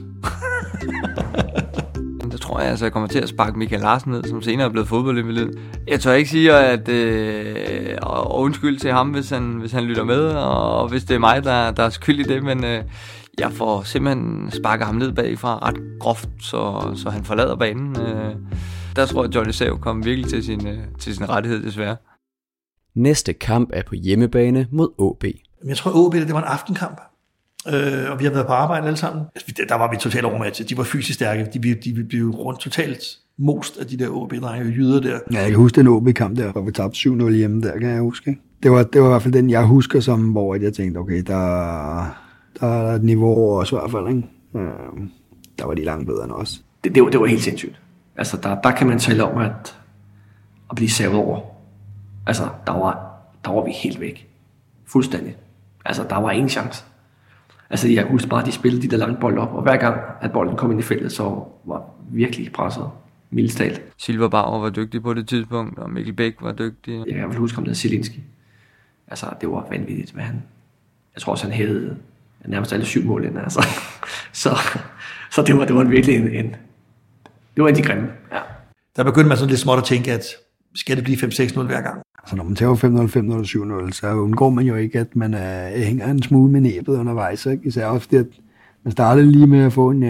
Der tror jeg, jeg kommer til at sparke Michael Larsen ned, som senere er blevet fodboldinvalid. Jeg tør ikke sige, at og undskyld til ham, hvis han lytter med, og hvis det er mig, der er skyld i det, men jeg får simpelthen sparket ham ned bagfra ret groft, så han forlader banen. Der tror jeg, Johnny Sav kom virkelig til sin rettighed, desværre. Næste kamp er på hjemmebane mod AB. Jeg tror, AB det var en aftenkamp. Og vi har været på arbejde alle sammen. Der var vi totalt overmatchet. De var fysisk stærke. De blev rundt totalt most af de der AB-drenge jyder der. Ja, jeg kan huske den AB-kamp der, hvor vi tabte 7-0 hjemme der, kan jeg huske. Ikke? Det var i hvert fald den, jeg husker, som, hvor jeg tænkte, okay, der er et niveau over os i hvert fald. Ikke? Der var de langt bedre end os. Det var helt sindssygt. Altså, der kan man tale om at blive savet over. Altså, der var vi helt væk. Fuldstændig. Altså, der var ingen chance. Altså, jeg husker bare, at de spillede de der lange bold op, og hver gang, at bolden kom ind i feltet, så var virkelig presset. Mildest talt. Silver Bauer var dygtig på det tidspunkt, og Mikkel Bæk var dygtig. Jeg kan vel huske om det Zielinski. Altså, det var vanvittigt, hvad han... Jeg tror også, han havde nærmest alle 7 mål ind, altså. Så det var virkelig en... Det var en af de grimme, ja. Der begyndte man sådan lidt småt at tænke, at skal det blive 5-6-0 hver gang? Altså, når man tager 5-0, 5-0, 7-0, så undgår man jo ikke, at man hænger en smule med næbet undervejs. Ikke? Især også fordi, at man startede lige med at få men 2-5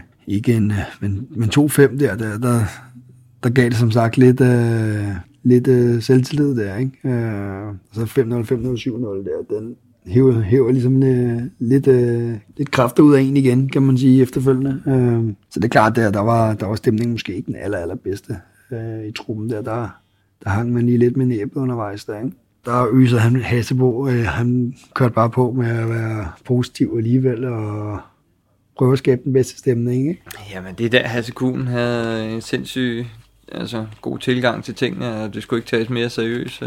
der gav det som sagt lidt selvtillid der. Ikke? Så 5-0, 5-0, 7-0 der, den hæver ligesom lidt kræfter ud af en igen, kan man sige, efterfølgende. Så det er klart, der var stemningen måske ikke den allerbedste i truppen der hang man lige lidt med næbet undervejs der, ikke? Der øser han Hasebo, han kørte bare på med at være positiv alligevel, og prøve at skabe den bedste stemning, ikke? Jamen, det der Hasekuhn havde en sindssyg, god tilgang til tingene, og det skulle ikke tages mere seriøst,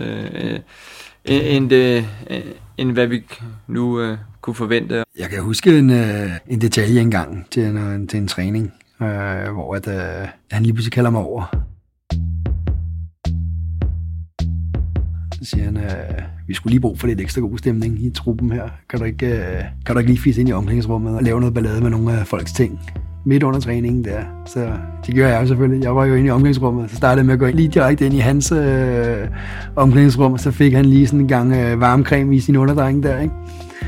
end hvad vi nu kunne forvente. Jeg kan huske en detalje engang til en træning, hvor han lige pludselig kalder mig over. Så siger han, vi skulle lige brug for lidt ekstra god stemning i truppen her. Kan du ikke lige fisse ind i omklædningsrummet og lave noget ballade med nogle af folks ting midt under træningen der? Så det gjorde jeg jo selvfølgelig. Jeg var jo inde i omklædningsrummet, så startede jeg med at gå lige direkte ind i hans omklædningsrum, og så fik han lige sådan en gang varmecreme i sin underdreng der, ikke?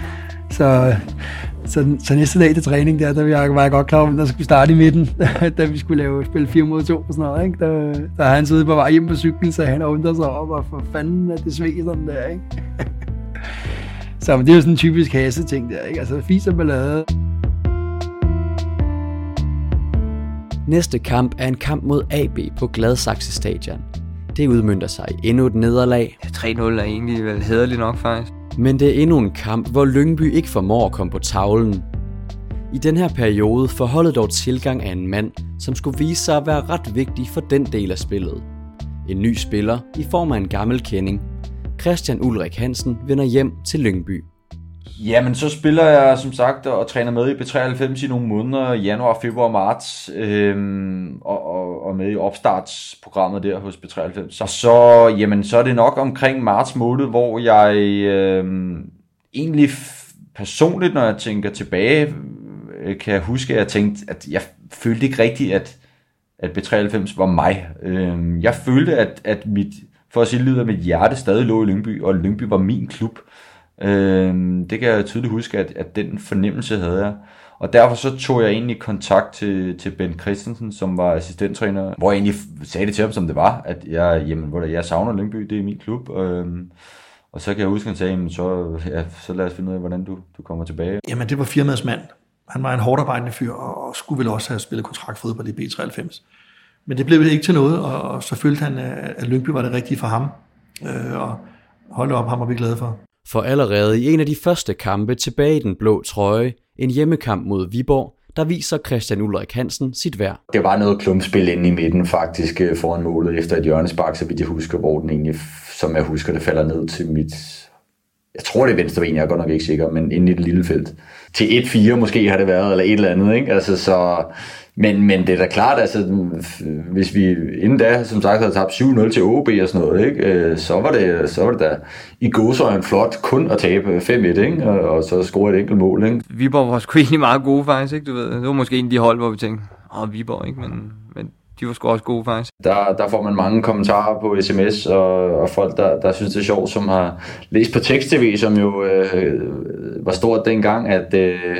Så næste dag til træning der var jeg godt klar over, at der skulle starte i midten, da vi skulle spille 4 mod 2 og sådan noget, ikke? Der har han siddet på vej hjem på cyklen, så han undrede sig over, hvorfor fanden at det sved sådan der, ikke? Så men det er jo sådan en typisk Hase-ting der, ikke? Altså fis og ballade. Næste kamp er en kamp mod AB på Gladsaxe Stadion. Det udmønter sig i endnu et nederlag. 3-0 er egentlig vel hæderligt nok faktisk. Men det er endnu en kamp, hvor Lyngby ikke formår at komme på tavlen. I den her periode får holdet dog tilgang af en mand, som skulle vise sig at være ret vigtig for den del af spillet. En ny spiller i form af en gammel kending. Christian Ulrik Hansen vender hjem til Lyngby. Jamen, så spiller jeg som sagt og træner med i B93 i nogle måneder, januar, februar, marts, og med i opstartsprogrammet der hos B93. Så er det nok omkring marts måned, hvor jeg egentlig personligt, når jeg tænker tilbage, kan jeg huske, at jeg tænkte, at jeg følte ikke rigtigt, at B93 var mig. Jeg følte, at for at sige lyder, mit hjerte stadig lå i Lyngby, og Lyngby var min klub. Det kan jeg tydeligt huske, at den fornemmelse havde jeg. Og derfor så tog jeg egentlig kontakt til Ben Christensen, som var assistenttræner, hvor jeg egentlig sagde det til ham, som det var, at jeg savner Lyngby, det er min klub. Og så kan jeg huske, at han sagde, så lad os finde ud af, hvordan du kommer tilbage. Jamen, det var firmaets mand. Han var en hårdarbejdende fyr, og skulle vel også have spillet kontraktfodbold i B93. Men det blev ikke til noget, og så følte han, at Lyngby var det rigtige for ham. Og holde op, ham var vi glade for. For allerede i en af de første kampe tilbage i den blå trøje, en hjemmekamp mod Viborg, der viser Christian Ulrik Hansen sit værd. Det var noget klumpspil inde i midten faktisk foran målet efter et hjørnespark, så vidt jeg husker, hvor den egentlig, som jeg husker, det falder ned til mit... Jeg tror, det er venstre ben, jeg er godt nok ikke sikker, men inde i det lille felt. Til 1-4 måske har det været, eller et eller andet, ikke? Altså, så... Men det er da klart, altså, hvis vi inden da, som sagt, havde tabt 7-0 til OB og sådan noget, ikke? Så var det da i gåseøjne flot kun at tabe 5-1, ikke? Og så score et enkelt mål, ikke? Viborg var sgu egentlig meget gode faktisk, ikke? Du ved, det var måske en af de hold, hvor vi tænkte, Viborg, ikke? Men de var sgu også gode faktisk. Der får man mange kommentarer på sms, og folk, der synes, det er sjovt, som har læst på tekst-tv, som jo var stort dengang, at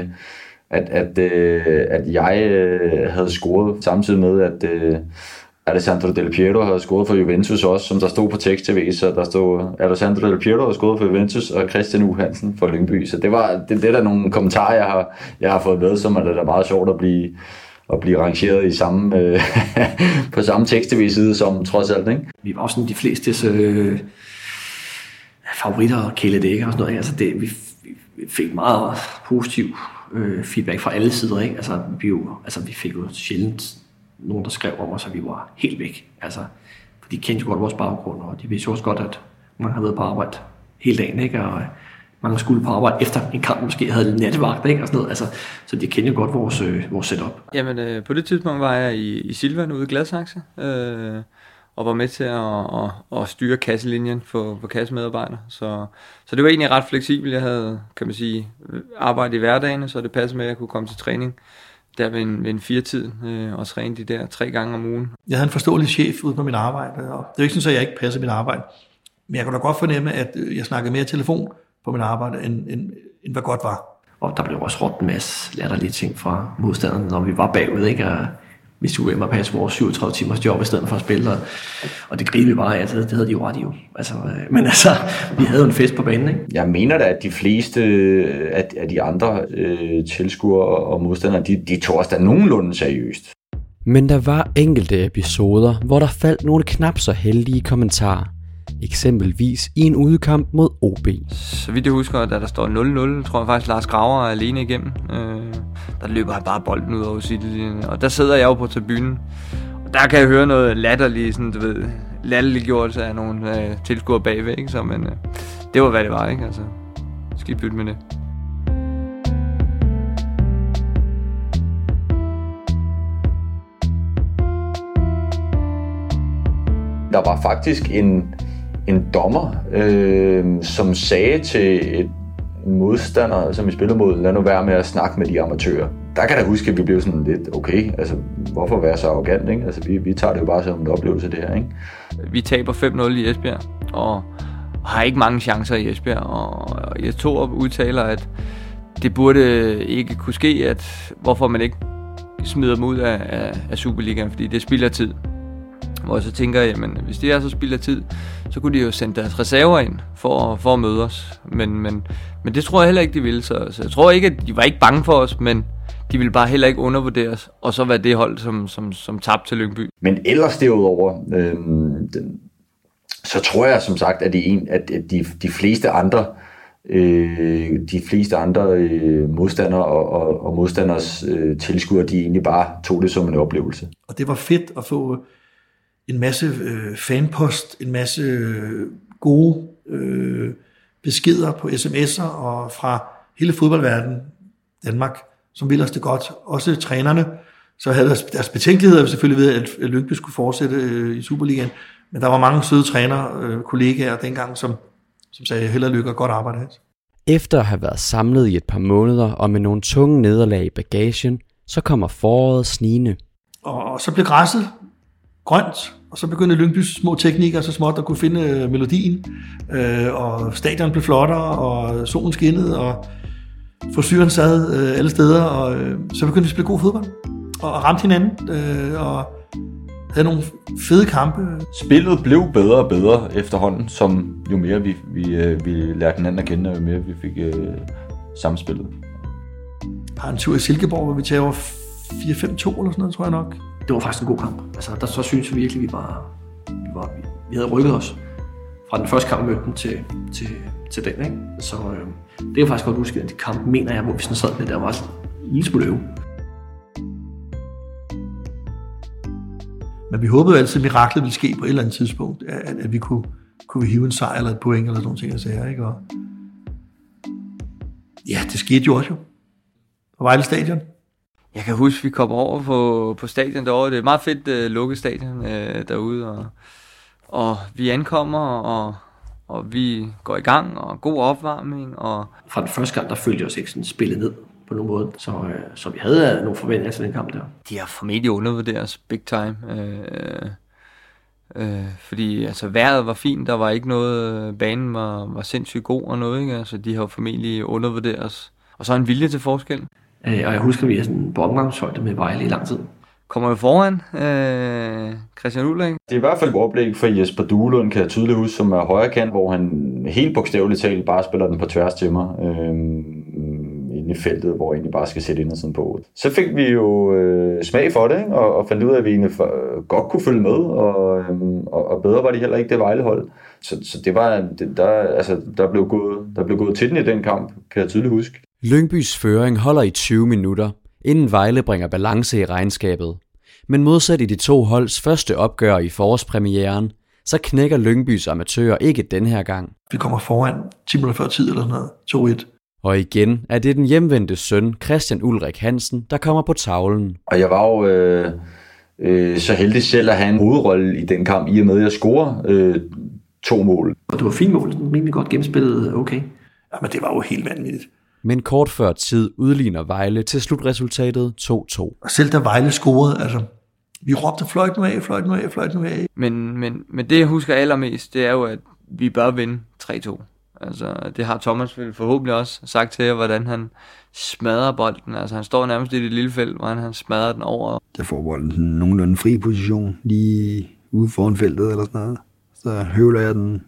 jeg havde scoret, samtidig med, at Alessandro Del Piero havde scoret for Juventus også, som der stod på tekst-tv, så der stod Alessandro Del Piero havde scoret for Juventus, og Christian U. Hansen for Lyngby. Så det er der nogle kommentarer, jeg har fået med, som er det da meget sjovt at blive rangeret i samme, på samme tekst-tv-side som trods alt, ikke? Vi var også sådan de fleste favoritter og Kjelle Dækker og sådan noget, ikke? Altså vi fik meget positiv feedback fra alle sider, ikke? Altså vi fik jo sjældent nogen, der skrev om os, at vi var helt væk. Altså, for de kendte jo godt vores baggrund, og de vidste også godt, at mange har været på arbejde hele dagen, ikke? Og mange skulle på arbejde efter en kamp, måske havde nattevagt, ikke? Og sådan noget. Altså, så de kendte jo godt vores setup. Jamen, på det tidspunkt var jeg i Silvan ude i Gladsaxe, og var med til at styre kasselinjen for kassemedarbejdere. Så det var egentlig ret fleksibelt. Jeg havde, kan man sige, arbejde i hverdagen, så det passede med, at jeg kunne komme til træning der ved en 4-tid og træne de der 3 gange om ugen. Jeg havde en forståelig chef ude på mit arbejde, og det er jo ikke sådan, at jeg ikke passer mit arbejde. Men jeg kunne da godt fornemme, at jeg snakkede mere telefon på mit arbejde, end hvad godt var. Og der blev også råbt en masse latterlige ting fra modstanderne, når vi var bagud, ikke? Og vi skulle hjem og passe vores 37 timers job i stedet for at spille, og det griner vi bare af, det havde de jo ret i jo. Altså, men altså, vi havde jo en fest på banen, ikke? Jeg mener da, at de fleste af de andre tilskuere og modstandere, de tog os da nogenlunde seriøst. Men der var enkelte episoder, hvor der faldt nogle knap så heldige kommentarer. Eksempelvis i en udekamp mod OB. Så vidt jeg husker, da der står 0-0, tror jeg faktisk, Lars Graver er alene igennem. Der løber han bare bolden ud over sidelinjen, og der sidder jeg jo på tribunen. Og der kan jeg høre noget latterligt, sådan, du ved, latterliggjort af nogle tilskuere bagved, ikke? Så, men det var, hvad det var, ikke? Altså, skal I bytte med det. Der var faktisk en dommer, som sagde til en modstander, som vi spillede mod, lad nu være med at snakke med de amatører. Der kan jeg huske, at vi blev sådan lidt, okay, altså hvorfor være så arrogant, ikke? Altså vi tager det jo bare som en oplevelse, det her, ikke? Vi taber 5-0 i Esbjerg, og har ikke mange chancer i Esbjerg, og jeg udtaler, at det burde ikke kunne ske, at hvorfor man ikke smider dem ud af Superligaen, fordi det spilder tid. Hvor jeg så tænker, jamen, hvis det er så spild af tid, så kunne de jo sende deres reserver ind for at møde os. Men det tror jeg heller ikke, de ville. Så jeg tror ikke, at de var ikke bange for os, men de ville bare heller ikke undervurdere os, og så være det hold, som tabte til Lyngby. Men ellers derudover, så tror jeg som sagt, at de fleste andre modstandere og modstanders tilskuere, de egentlig bare tog det som en oplevelse. Og det var fedt at få en masse fanpost, en masse gode beskeder på sms'er og fra hele fodboldverdenen, Danmark, som ville os det godt. Også trænerne, så havde deres betænkeligheder selvfølgelig ved, at Lyngby skulle fortsætte i Superligaen. Men der var mange søde trænere, kollegaer dengang, som sagde held og lykke og godt arbejde. Efter at have været samlet i et par måneder og med nogle tunge nederlag i bagagen, så kommer foråret snigende. Og så blev græsset grønt, og så begyndte Lyngbys små teknikere så småt at kunne finde melodien, og stadion blev flottere, og solen skinnede, og Forstyrren sad alle steder, og så begyndte vi at spille god fodbold, og ramte hinanden, og havde nogle fede kampe. Spillet blev bedre og bedre efterhånden, som jo mere vi lærte hinanden at kende, og jo mere vi fik samspillet. Har en tur i Silkeborg, hvor vi tager over 4-5-2 eller sådan noget, tror jeg nok. Det var faktisk en god kamp. Altså, der så synes jeg virkelig, vi havde rykket os fra den første kamp, vi mødte den til den, ikke? Så det er faktisk godt huske, at de kampe, mener jeg, hvor vi sådan sad med, der var en lille smule øve. Men vi håbede altid, at miraklet ville ske på et eller andet tidspunkt, at vi kunne hive en sejr eller et point eller sådan nogle ting, jeg sagde, ikke? Og ja, det skete jo også jo. På Vejle Stadion. Jeg kan huske, vi kom over på stadion derovre. Det er et meget fedt lukket stadion derude, og vi ankommer, og vi går i gang, og god opvarmning. Og fra den første kamp, der følte jeg os ikke sådan spillet ned på nogen måde, så vi havde nogle forventninger til den kamp der. De har formentlig undervurderet os big time, fordi altså vejret var fint, der var ikke noget, banen var sindssygt god og noget, ikke? Altså de har formentlig undervurderet os. Og så en vilje til forskel. Og jeg husker, at vi er sådan på omgangshøjde med Vejle i lang tid. Kommer jo foran, Christian Ulrik. Det er i hvert fald et oplæg for Jesper Duelund, kan jeg tydeligt huske, som er højre kant, hvor han helt bogstaveligt talt bare spiller den på tværs til mig. Inde i feltet, hvor jeg egentlig bare skal sætte ind og sådan på. Så fik vi jo smag for det, ikke? Og fandt ud af, at vi egentlig godt kunne følge med, og bedre var de heller ikke det Vejlehold. Så det var, der blev gået til den i den kamp, kan jeg tydeligt huske. Lyngbys føring holder i 20 minutter, inden Vejle bringer balance i regnskabet. Men modsat i de to holds første opgør i forårspremieren, så knækker Lyngbys amatører ikke den her gang. Vi kommer foran 10 minutter før tid eller sådan noget, 2-1. Og igen er det den hjemvendte søn, Christian Ulrik Hansen, der kommer på tavlen. Og jeg var jo så heldig selv at have en hovedrolle i den kamp, i og med at jeg scorer 2 mål. Og det var fint mål, rimelig godt gennemspillet, okay. Ja, men det var jo helt vanvittigt. Men kort før tid udligner Vejle til slutresultatet 2-2. Og selv da Vejle scorede, altså, vi råbte fløjt nu af, fløjt nu af, fløjt nu af. Men det, jeg husker allermest, det er jo, at vi bør vinde 3-2. Altså, det har Thomas forhåbentlig også sagt til jer, hvordan han smadrer bolden. Altså, han står nærmest i det lille felt, hvor han smadrer den over. Der får bolden sådan nogenlunde fri position, lige ude foran feltet eller sådan noget. Så høvler jeg den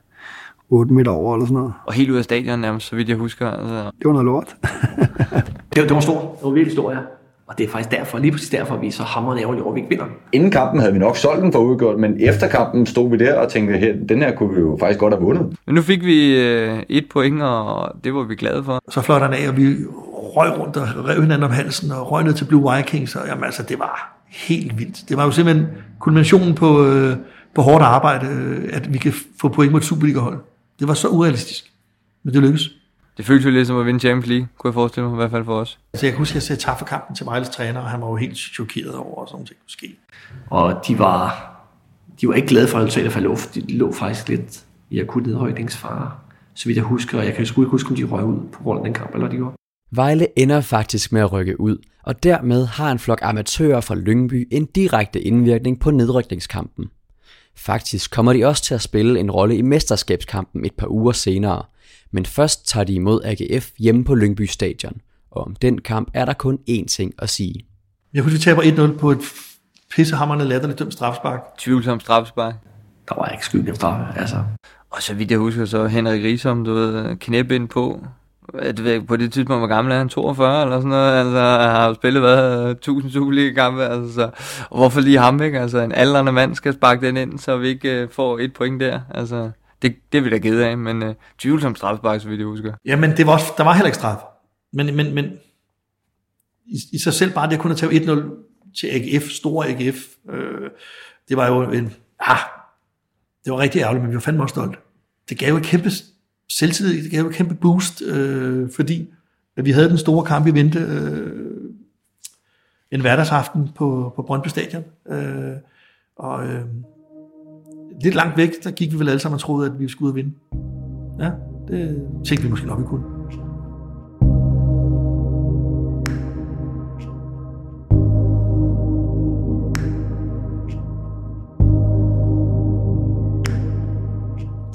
8 meter over eller sådan noget. Og helt ud af stadion nærmest, så vidt jeg husker. Altså. Det var noget lort. det var stort. Det var virkelig stort, ja. Og det er faktisk derfor, lige præcis derfor, vi så hamrende ærgerligt over, vi ikke vinder. Inden kampen havde vi nok solgt den for udgjort, men efter kampen stod vi der og tænkte, den her kunne vi jo faktisk godt have vundet. Men nu fik vi 1 point, og det var vi glade for. Så fløjte han af, og vi røg rundt og rev hinanden om halsen og røg ned til Blue Vikings. Og jamen altså, det var helt vildt. Det var jo simpelthen kulminationen på hårdt arbejde, at vi kan få point mod Superliga-hold. Det var så urealistisk, men det lykkedes. Det føltes jo lidt som at vinde Champions League, kunne jeg forestille mig, i hvert fald for os. Altså, jeg kan huske, at jeg sagde tak for kampen til Vejles træner, og han var jo helt chokeret over, at sådan ting kunne ske. Og de var ikke glade for resultatet for luft. De lå faktisk lidt i akut nedrykningsfare, så vidt jeg husker. Og jeg kan sgu ikke huske, om de røg ud på grund af den kamp, eller de gjorde. Vejle ender faktisk med at rykke ud, og dermed har en flok amatører fra Lyngby en direkte indvirkning på nedrykningskampen. Faktisk kommer de også til at spille en rolle i mesterskabskampen et par uger senere, men først tager de imod AGF hjemme på Lyngby Stadion, og om den kamp er der kun én ting at sige. Jeg kunne tabe 1-0 på et pissehammerende latterligt dømt straffespark. Tvivlsom straffespark. Der var ikke skyldig straffe, altså. Og så vidt jeg husker, så Henrik Riesom, du ved, knæp ind på. På det tidspunkt, hvor gammel er han? 42 eller sådan noget? Altså, han har jo spillet, 1000 Superliga-kampe, altså. Så, og hvorfor lige ham, ikke? Altså, en aldrende mand skal sparke den ind, så vi ikke får 1 point der. Altså, det er vi da kede af, men tvivlsom straffespark, så vidt jeg husker. Jamen, der var heller ikke straf. Men i sig selv bare det at kunne tage 1-0 til AGF, store AGF, det var jo det var rigtig ærgerligt, men vi var fandme også stolt. Det gav jo et kæmpe selvtillid, det gav jo et kæmpe boost, fordi at vi havde den store kamp i vente en hverdagsaften på Brøndby Stadion. Lidt langt væk, der gik vi vel alle sammen og troede, at vi skulle ud og vinde. Ja, det tænkte vi måske nok, vi kunne.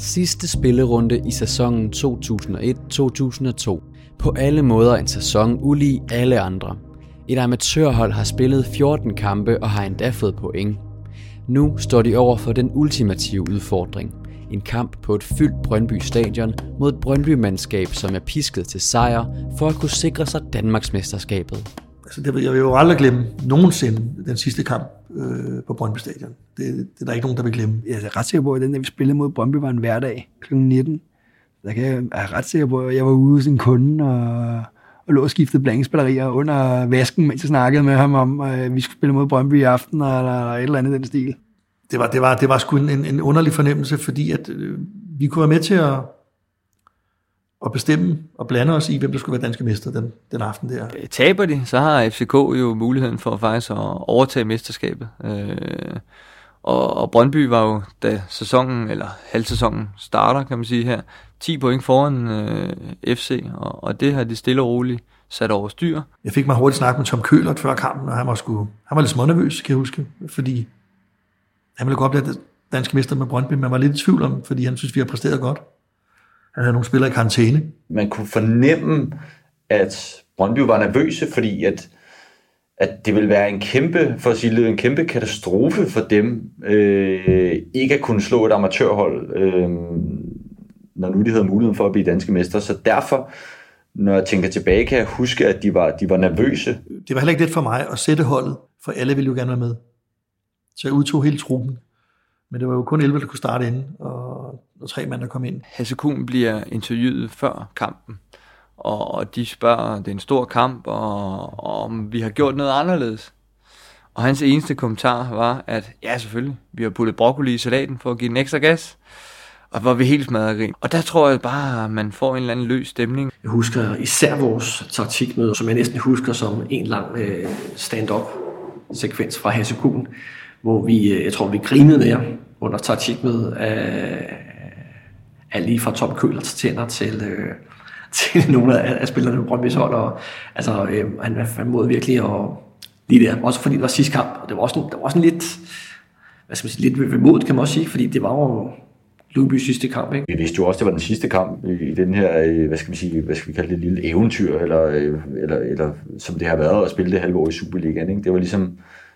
Sidste spillerunde i sæsonen 2001-2002. På alle måder en sæson ulig alle andre. Et amatørhold har spillet 14 kampe og har endda fået point. Nu står de over for den ultimative udfordring. En kamp på et fyldt Brøndby Stadion mod et Brøndby-mandskab, som er pisket til sejr for at kunne sikre sig Danmarksmesterskabet. Altså, jeg vil jo aldrig glemme nogensinde den sidste kamp på Brøndby Stadion. Det er der ikke nogen, der vil glemme. Jeg er ret sikker på, at den, der vi spillede mod Brøndby, var en hverdag kl. 19. Jeg er ret sikker på, at jeg var ude hos en kunde og lå og skiftede blandingsbatterier under vasken, mens jeg snakkede med ham om, at vi skulle spille mod Brøndby i aften, eller et eller andet den stil. Det var sgu en underlig fornemmelse, fordi at vi kunne være med til at bestemme og blande os i, hvem der skulle være danske mester den aften der. Taber de, så har FCK jo muligheden for faktisk at overtage mesterskabet. Og Brøndby var jo, da sæsonen, eller halvsæsonen starter, kan man sige her, 10 point foran FC, og det har de stille og roligt sat over styr. Jeg fik mig hurtigt snakket med Tom Køhlert før kampen, og han var lidt smånervøs, kan jeg huske, fordi han ville godt blive dansk mester med Brøndby, men var lidt i tvivl om, fordi han synes, vi har præsteret godt. Han havde nogle spillere i karantæne. Man kunne fornemme, at Brøndby var nervøse, fordi at det ville være en kæmpe katastrofe for dem, ikke at kunne slå et amatørhold, når nu de havde muligheden for at blive danske mester. Så derfor, når jeg tænker tilbage, kan jeg huske, at de var nervøse. Det var heller ikke let for mig at sætte holdet, for alle ville jo gerne være med. Så jeg udtog hele truppen. Men det var jo kun 11, der kunne starte inden, og 3 mand, der kom ind. Hasse Kuhn bliver interviewet før kampen, og de spørger, det er en stor kamp, og om vi har gjort noget anderledes. Og hans eneste kommentar var, at ja, selvfølgelig, vi har puttet broccoli i salaten for at give den ekstra gas, og var vi helt smadret grin. Og der tror jeg bare, at man får en eller anden løs stemning. Jeg husker især vores taktikmøde, som jeg næsten husker som en lang stand-up-sekvens fra Hasse Kuhn, hvor jeg tror, vi grinede mere under taktikmødet af lige fra Tom Køhlert tænder til nogle af spillerne på Brøndbys hold. Og, altså, han måtte virkelig lige der, også fordi det var sidste kamp, og det var også en lidt, hvad skal man sige, lidt vemodigt, kan man også sige, fordi det var jo Lyngby's sidste kamp, ikke? Vi vidste jo også, det var den sidste kamp i den her, hvad skal vi kalde det, lille eventyr, eller som det har været at spille det halve år i Superligaen, ikke? Det var ligesom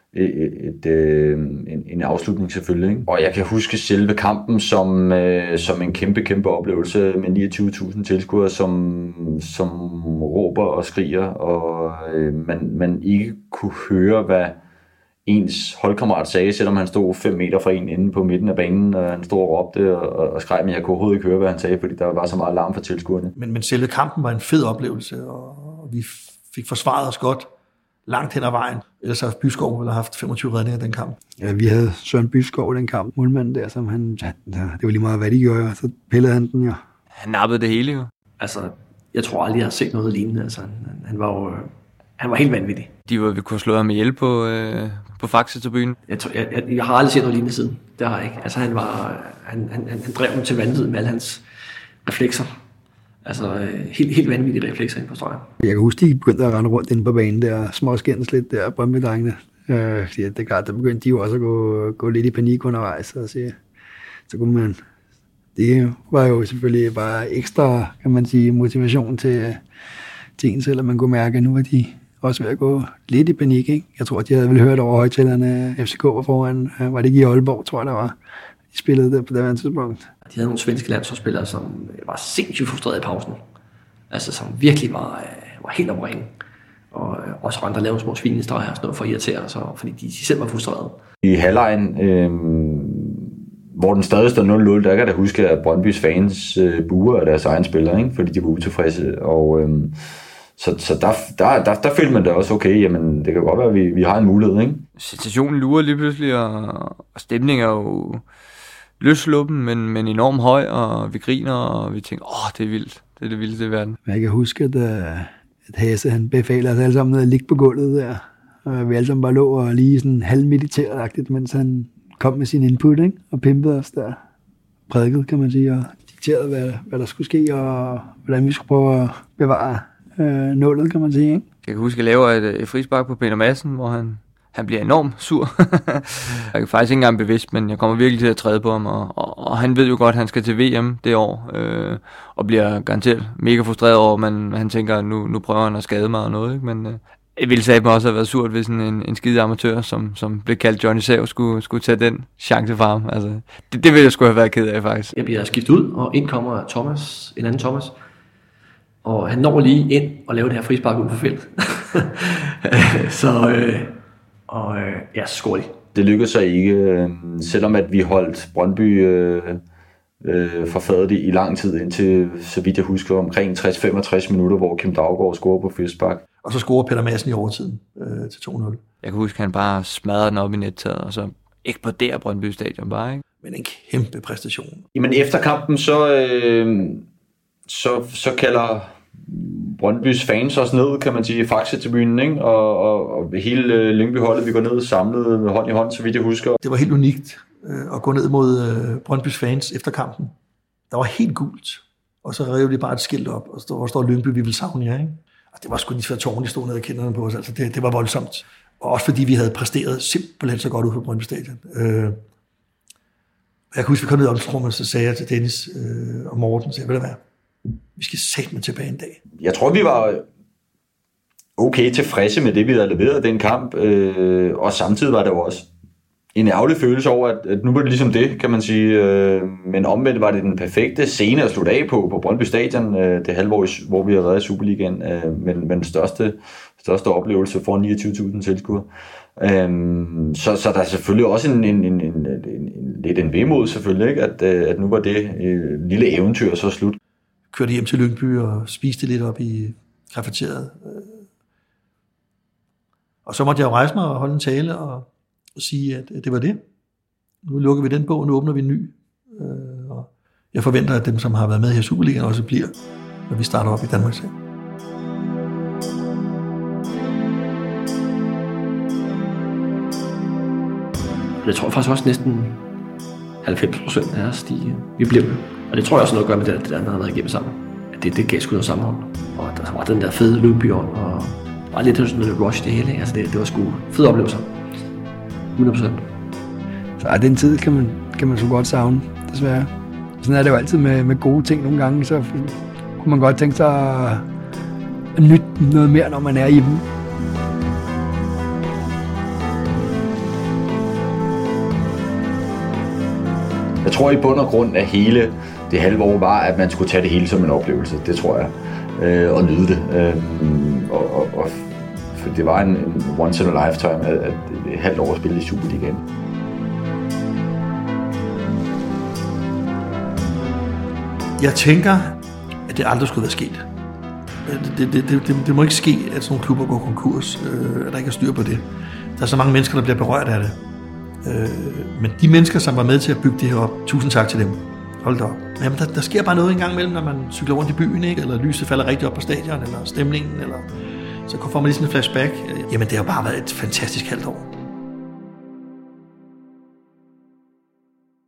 en afslutning selvfølgelig, ikke? Og jeg kan huske selve kampen som en kæmpe oplevelse med 29.000 tilskuere, som råber og skriger, og man ikke kunne høre, hvad ens holdkammerat sagde, selvom han stod 5 meter fra en inde på midten af banen, og han stod og råbte og skreg, men jeg kunne overhovedet ikke høre, hvad han sagde, fordi der var så meget larm fra tilskuerne. Men selve kampen var en fed oplevelse, og vi fik forsvaret os godt langt hen ad vejen. Ellers har Byskov ville have haft 25 redninger den kamp. Ja, vi havde Søren Byskov den kamp, målmanden der, som det var lige meget, hvad de gjorde, og så pillede han den, ja. Han nappede det hele, jo. Altså, jeg tror aldrig, jeg har set noget lignende. Altså, han var helt vanvittig. Vi kunne slå ham ihjel på Faxe-tribunen. Jeg har aldrig set noget lignende siden. Det har jeg ikke. Altså, han drev dem til vanvid med alle hans reflekser. Altså, helt vanvittige reflekser ind på stregen. Jeg kan huske, de begyndte at rende rundt inde på banen der, småskændes lidt der, Brøndby-drengene. Det er klart, der begyndte de jo også at gå lidt i panik undervejs, så kunne man. Det var jo selvfølgelig bare ekstra, kan man sige, motivation til en selv, at man kunne mærke, at nu var de også ved at gå lidt i panik, ikke? Jeg tror, de havde vel hørt over højtalerne, FCK var foran, var det ikke i Aalborg, tror jeg, der var. De spillede der på det her tidspunkt. De havde nogle svenske landsholdsspillere, som var sindssygt frustreret i pausen. Altså, som virkelig var helt omringen. Og også andre lavede små svinestreger og sådan noget for at irritere os, fordi de selv var frustrerede. I halvlejen, hvor den stadig stod 0-0, der kan jeg da huske, at Brøndbys fans buer af deres egen spillere, ikke? Fordi de var utilfredse. Og så der følte man da også, okay, jamen det kan godt være, at vi har en mulighed, ikke? Situationen lurer lige pludselig, og stemningen er jo løsluppen, men enormt høj, og vi griner, og vi tænker, det er vildt. Det er det vildeste i verden. Jeg kan huske, at Hasse, han befaler os alle sammen at ligge på gulvet der, og vi alle sammen bare lå og lige sådan halvmediteret-agtigt, mens han kom med sin input, ikke? Og pimpede os der. Prædiket, kan man sige, og dikterede, hvad der skulle ske, og hvordan vi skulle prøve at bevare nullet, kan man sige, ikke? Jeg kan huske, at jeg laver et frispark på Peter Madsen, hvor han Han bliver enormt sur. Jeg er faktisk ikke engang bevidst, men jeg kommer virkelig til at træde på ham, og han ved jo godt, at han skal til VM det år, og bliver garanteret mega frustreret over, men han tænker, at nu prøver han at skade mig og noget, ikke? Men det ville sige mig også have været surt, hvis en skide amatør, som blev kaldt Johnny Sav, skulle tage den chance fra ham. Altså, det ville jeg sgu have været ked af, faktisk. Jeg bliver skiftet ud, og ind kommer Thomas, en anden Thomas, og han når lige ind og laver det her frispark ud på felt. Så scorer de. Det lykkedes sig ikke, selvom at vi holdt Brøndby for fadet i lang tid, indtil, så vidt jeg husker, omkring 60-65 minutter, hvor Kim Daugaard scorer på frispark. Og så scorer Peter Madsen i overtiden til 2-0. Jeg kan huske, at han bare smadrede den op i nettaget, og så eksploderer Brøndby Stadion bare, ikke? Men en kæmpe præstation. Jamen efter kampen, så kalder Brøndbys fans os ned, kan man sige, i Faxe-tribunen, ikke? Og hele Lyngby-holdet, vi går ned samlet med hånd i hånd, så vidt jeg husker. Det var helt unikt at gå ned mod Brøndbys fans efter kampen. Der var helt gult, og så rev de bare et skilt op, og hvor står Lyngby, vi vil savne jer, ikke? Og det var sgu lige svært tårn, de stod nede og kenderne på os, altså det var voldsomt. Og også fordi vi havde præsteret simpelthen så godt ud på Brøndby Stadion. Jeg kan huske, vi kom ned om trummet, så sagde jeg til Dennis og Morten, ved du hvad, vi skal satme tilbage en dag. Jeg tror, vi var okay tilfredse med det, vi havde leveret den kamp, og samtidig var det jo også en ærgerlig følelse over, at nu var det ligesom det, kan man sige. Men omvendt var det den perfekte scene at slutte af på Brøndby Stadion, det halvår, hvor vi har været i Superligaen, men den største oplevelse for 29.000 tilskuere. Så der er selvfølgelig også lidt en vemod selvfølgelig, ikke? At nu var det lille eventyr så slut. Kørte hjem til Lyngby og spiste lidt op i kafeteriet. Og så måtte jeg jo rejse mig og holde en tale og sige, at det var det. Nu lukker vi den bog, nu åbner vi en ny. Og jeg forventer, at dem, som har været med her i Superligaen, også bliver, når vi starter op i Danmark selv. Jeg tror faktisk også næsten 90% af os, vi blev. Og det tror jeg også noget at gøre med det der, der har været igennem sammen. At det gav sgu noget sammenhold. Og der var den der fede Lyngby-ånd, og var lidt sådan noget rush det hele. Altså det var sgu fede oplevelser. 100%. Så den tid kan man så godt savne, desværre. Sådan er det jo altid med gode ting nogle gange, så kunne man godt tænke sig at nytte noget mere, når man er i dem. Jeg tror i bund og grund, at hele det halve år var, at man skulle tage det hele som en oplevelse. Det tror jeg. Og nyde det. For det var en once in a lifetime, at et halvt år at spille i Superligaen. Jeg tænker, at det aldrig skulle være sket. Det må ikke ske, at sådan nogle klubber går konkurs, at der ikke er styr på det. Der er så mange mennesker, der bliver berørt af det. Men de mennesker, som var med til at bygge det her op, tusind tak til dem. Hold da op. Jamen, der sker bare noget en gang imellem, når man cykler rundt i byen, ikke? Eller lyset falder rigtig op på stadion, eller stemningen, eller så får man lige sådan en flashback. Jamen, det har bare været et fantastisk halvt år.